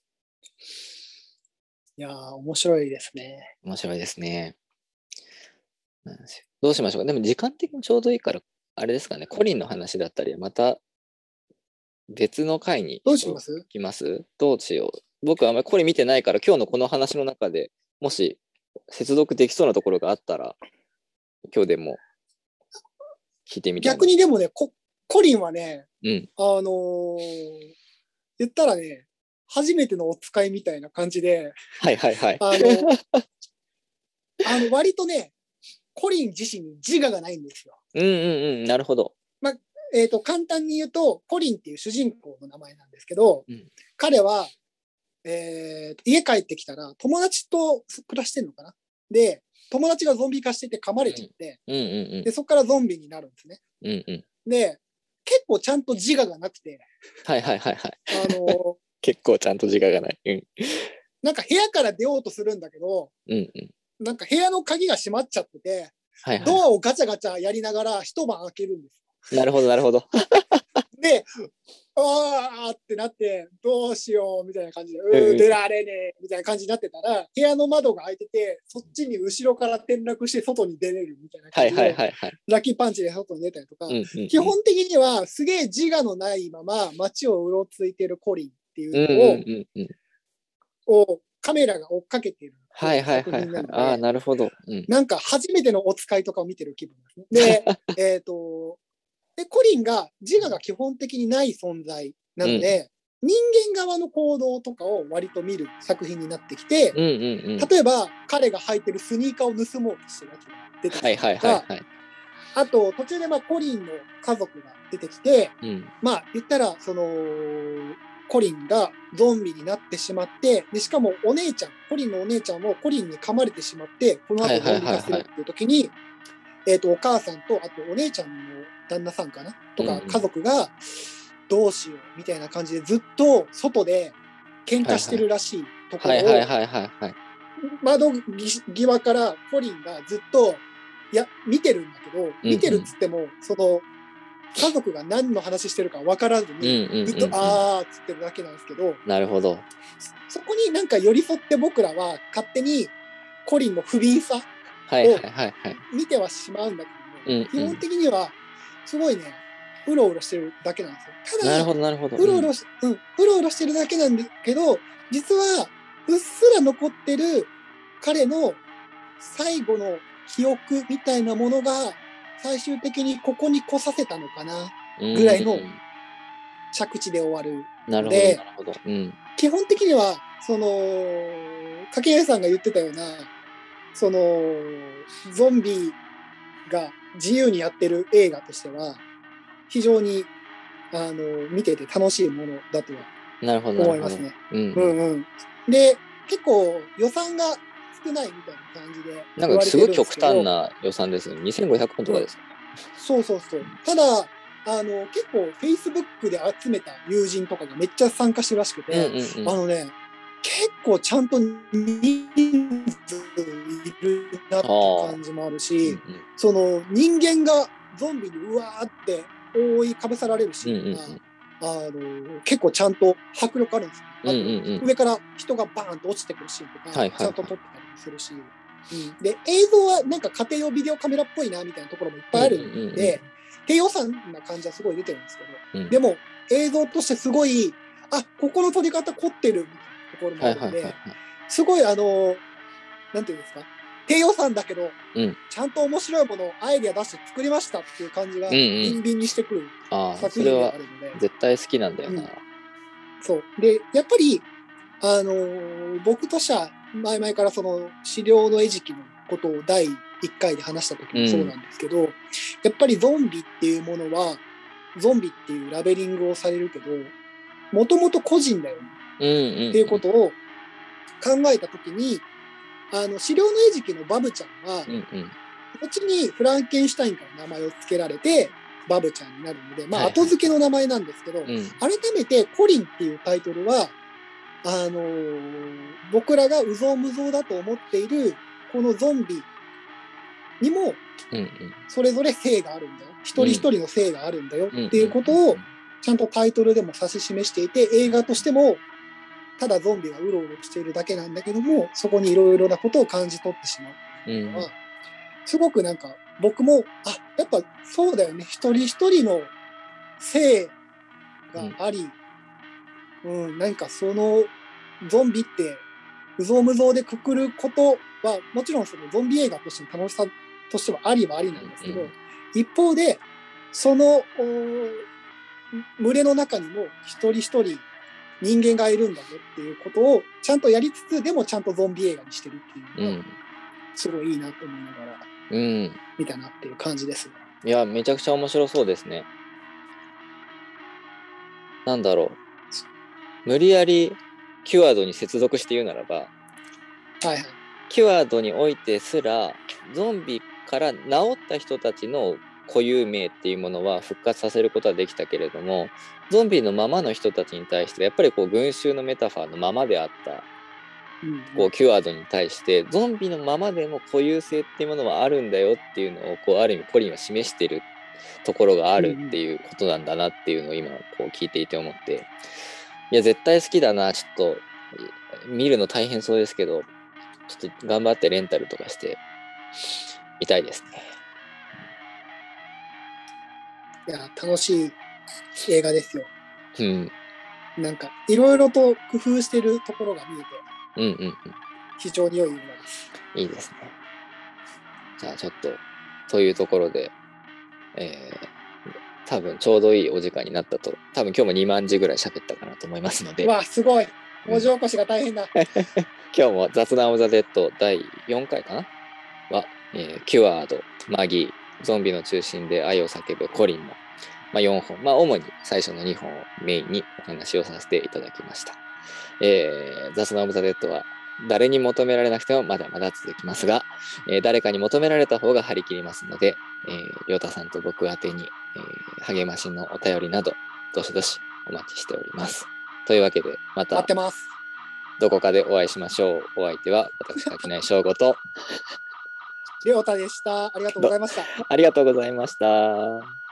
やー、面白いですね。 面白いですね。どうしましょうか。でも時間的にちょうどいいから、あれですかね、コリンの話だったり、また別の回にどうしますきますどうしよう。僕はあんまりコリン見てないから、今日のこの話の中でもし接続できそうなところがあったら、今日でも聞いてみたい。 逆にでもね、ココリンはね、 うん、 あのー、言ったらね、初めてのお使いみたいな感じで、 はいはいはい。 あの、あの割とね、コリン自身に自我がないんですよ。 うんうんうん、なるほど。 まあ、えっと、簡単に言うと、コリンっていう主人公の名前なんですけど、うん、彼は、えー、家帰ってきたら友達と暮らしてんのかなで、友達がゾンビ化してて噛まれちゃって、 うんうんうんうん、 で、そこからゾンビになるんですね。 うんうん、 で、結構ちゃんと自我がなくて、 はいはいはいはい。 あの結構ちゃんと自我がない。うん、 なんか部屋から出ようとするんだけど、 うんうん、なんか部屋の鍵が閉まっちゃってて、はいはい、ドアをガチャガチャやりながら一晩開けるんですよ。なるほどなるほど。 で、あーってなって、どうしようみたいな感じで、うー出られねえみたいな感じになってたら、部屋の窓が開いてて、そっちに後ろから転落して外に出れるみたいな感じで、はいはいはいはい、ラッキーパンチで外に出たりとか、うんうんうん、基本的にはすげえ自我のないまま街をうろついてるコリンっていうのを、うんうんうんうん、をカメラが追っかけてる。 はいはいはい、はい。ああ、なるほど、 うん。なんか初めてのお使いとかを見てる気分ですね。で、えっと、で、コリンが自我が基本的にない存在なので、うん、人間側の行動とかを割と見る作品になってきて、うんうんうん、例えば彼が履いてるスニーカーを盗もうとしてるやつが出てきたりとか、はいはいはいはい、あと途中でまあコリンの家族が出てきて、うん、まあ言ったらそのコリンがゾンビになってしまって、でしかもお姉ちゃん、コリンのお姉ちゃんもコリンに噛まれてしまって、この後ゾンビ化するっていう時に、えっとお母さんとあとお姉ちゃんの旦那さんかなとか家族がどうしようみたいな感じでずっと外で喧嘩してるらしいところを窓際からコリンがずっといや見てるんだけど、見てるっつってもその家族が何の話してるか分からずにずっとあーっつってるだけなんですけど、 なるほど。 そこになんか寄り添って僕らは勝手にコリンの不憫さを見てはしまうんだけども、基本的にはすごいねうろうろしてるだけなんですよ。ただなるほどなるほど、 うろうろし、うん、うろうろしてるだけなんだけど、実はうっすら残ってる彼の最後の記憶みたいなものが最終的にここに来させたのかなぐらいの着地で終わるので、なるほど、なるほど、うん、基本的にはその掛合さんが言ってたようなそのゾンビが自由にやってる映画としては非常にあの見てて楽しいものだとは思いますね。うんうんうん、で結構予算が少ないみたいな感じでなんかすごい極端な予算ですね。にせんごひゃくまんとかですか、 うん、そうそうそう。ただあの結構 Facebook で集めた友人とかがめっちゃ参加してるらしくて、うんうんうん、あのね結構ちゃんと人数いるなって感じもあるし、うんうん、その人間がゾンビにうわーって覆いかぶさられるシーンが、うんうんうん、あの結構ちゃんと迫力あるんですよ。あと、うんうんうん、上から人がバーンと落ちてくるシーンとか、はいはいはい、ちゃんと撮ってたりもするし、うん、で映像はなんか家庭用ビデオカメラっぽいなみたいなところもいっぱいあるんで、うんうんうん、低予算な感じはすごい出てるんですけど、うん、でも映像としてすごいあここの撮り方凝ってるみたいなところもあるので、はいはいはいはい、すごいあのなんていうんですか低予算だけど、うん、ちゃんと面白いものをアイデア出して作りましたっていう感じがビンビンにしてくる作品であるので、 うんうん、絶対好きなんだよな、うん、 そうでやっぱりあのー、僕としては前々からその資料の餌食のことをだいいっかいで話した時もそうなんですけど、うん、やっぱりゾンビっていうものはゾンビっていうラベリングをされるけどもともと個人だよね、うんうんうん、っていうことを考えた時にあの資料の餌食のバブちゃんは、うんうん、こっちにフランケンシュタインから名前を付けられてバブちゃんになるので、まあ、後付けの名前なんですけど、はいはい、改めてコリンっていうタイトルはあのー、僕らがうぞうむぞうだと思っているこのゾンビにもそれぞれ性があるんだよ、うんうん、一人一人の性があるんだよっていうことをちゃんとタイトルでも指し示していて、映画としてもただゾンビがうろうろしているだけなんだけどもそこにいろいろなことを感じ取ってしまうっていうのは、うん、すごくなんか僕もあやっぱそうだよね一人一人の性があり、うんうん、なんかそのゾンビってうぞうむぞうでくくることはもちろんそのゾンビ映画としての楽しさとしてはありはありなんですけど、うん、一方でその群れの中にも一人一人人間がいるんだぞっていうことをちゃんとやりつつでもちゃんとゾンビ映画にしてるっていうのがすごいいいなと思いながら見たなっていう感じです、ね、 うん、いやめちゃくちゃ面白そうですね。なんだろう無理やりキュアードに接続して言うならば、 はいはい、 キュアードにおいてすらゾンビから治った人たちの固有名っていうものは復活させることはできたけれどもゾンビのままの人たちに対してやっぱりこう群衆のメタファーのままであった、うんうん、こうキュアードに対してゾンビのままでも固有性っていうものはあるんだよっていうのをこうある意味コリンは示してるところがあるっていうことなんだなっていうのを今こう聞いていて思っていや絶対好きだなちょっと見るの大変そうですけどちょっと頑張ってレンタルとかして見たいですね。 いや楽しい映画ですよ。 うん。 なんかいろいろと工夫してるところが見えて、 うんうんうん、 非常に良い映画です。 いいですね。じゃあちょっとというところで、えー、多分ちょうどいいお時間になったと多分今日もにまんじぐらい喋ったかなと思いますので。 わあすごい文字起こしが大変だ。うん、 今日も雑談オブザ・デッドだいよんかいかなは、えー、キュアード、マギー、ゾンビの中心で愛を叫ぶコリンの、まあ、よんほん、まあ、主に最初のにほんをメインにお話をさせていただきました。えー、雑談オブザ・デッドは誰に求められなくてもまだまだ続きますが、えー、誰かに求められた方が張り切りますので、えー、りょうたさんと僕宛てに、えー、励ましのお便りなどどしどしお待ちしております。というわけでまた待ってます。 どこかでお会いしましょう。お相手は私垣内翔吾とりょうたでした。ありがとうございました。 ありがとうございました。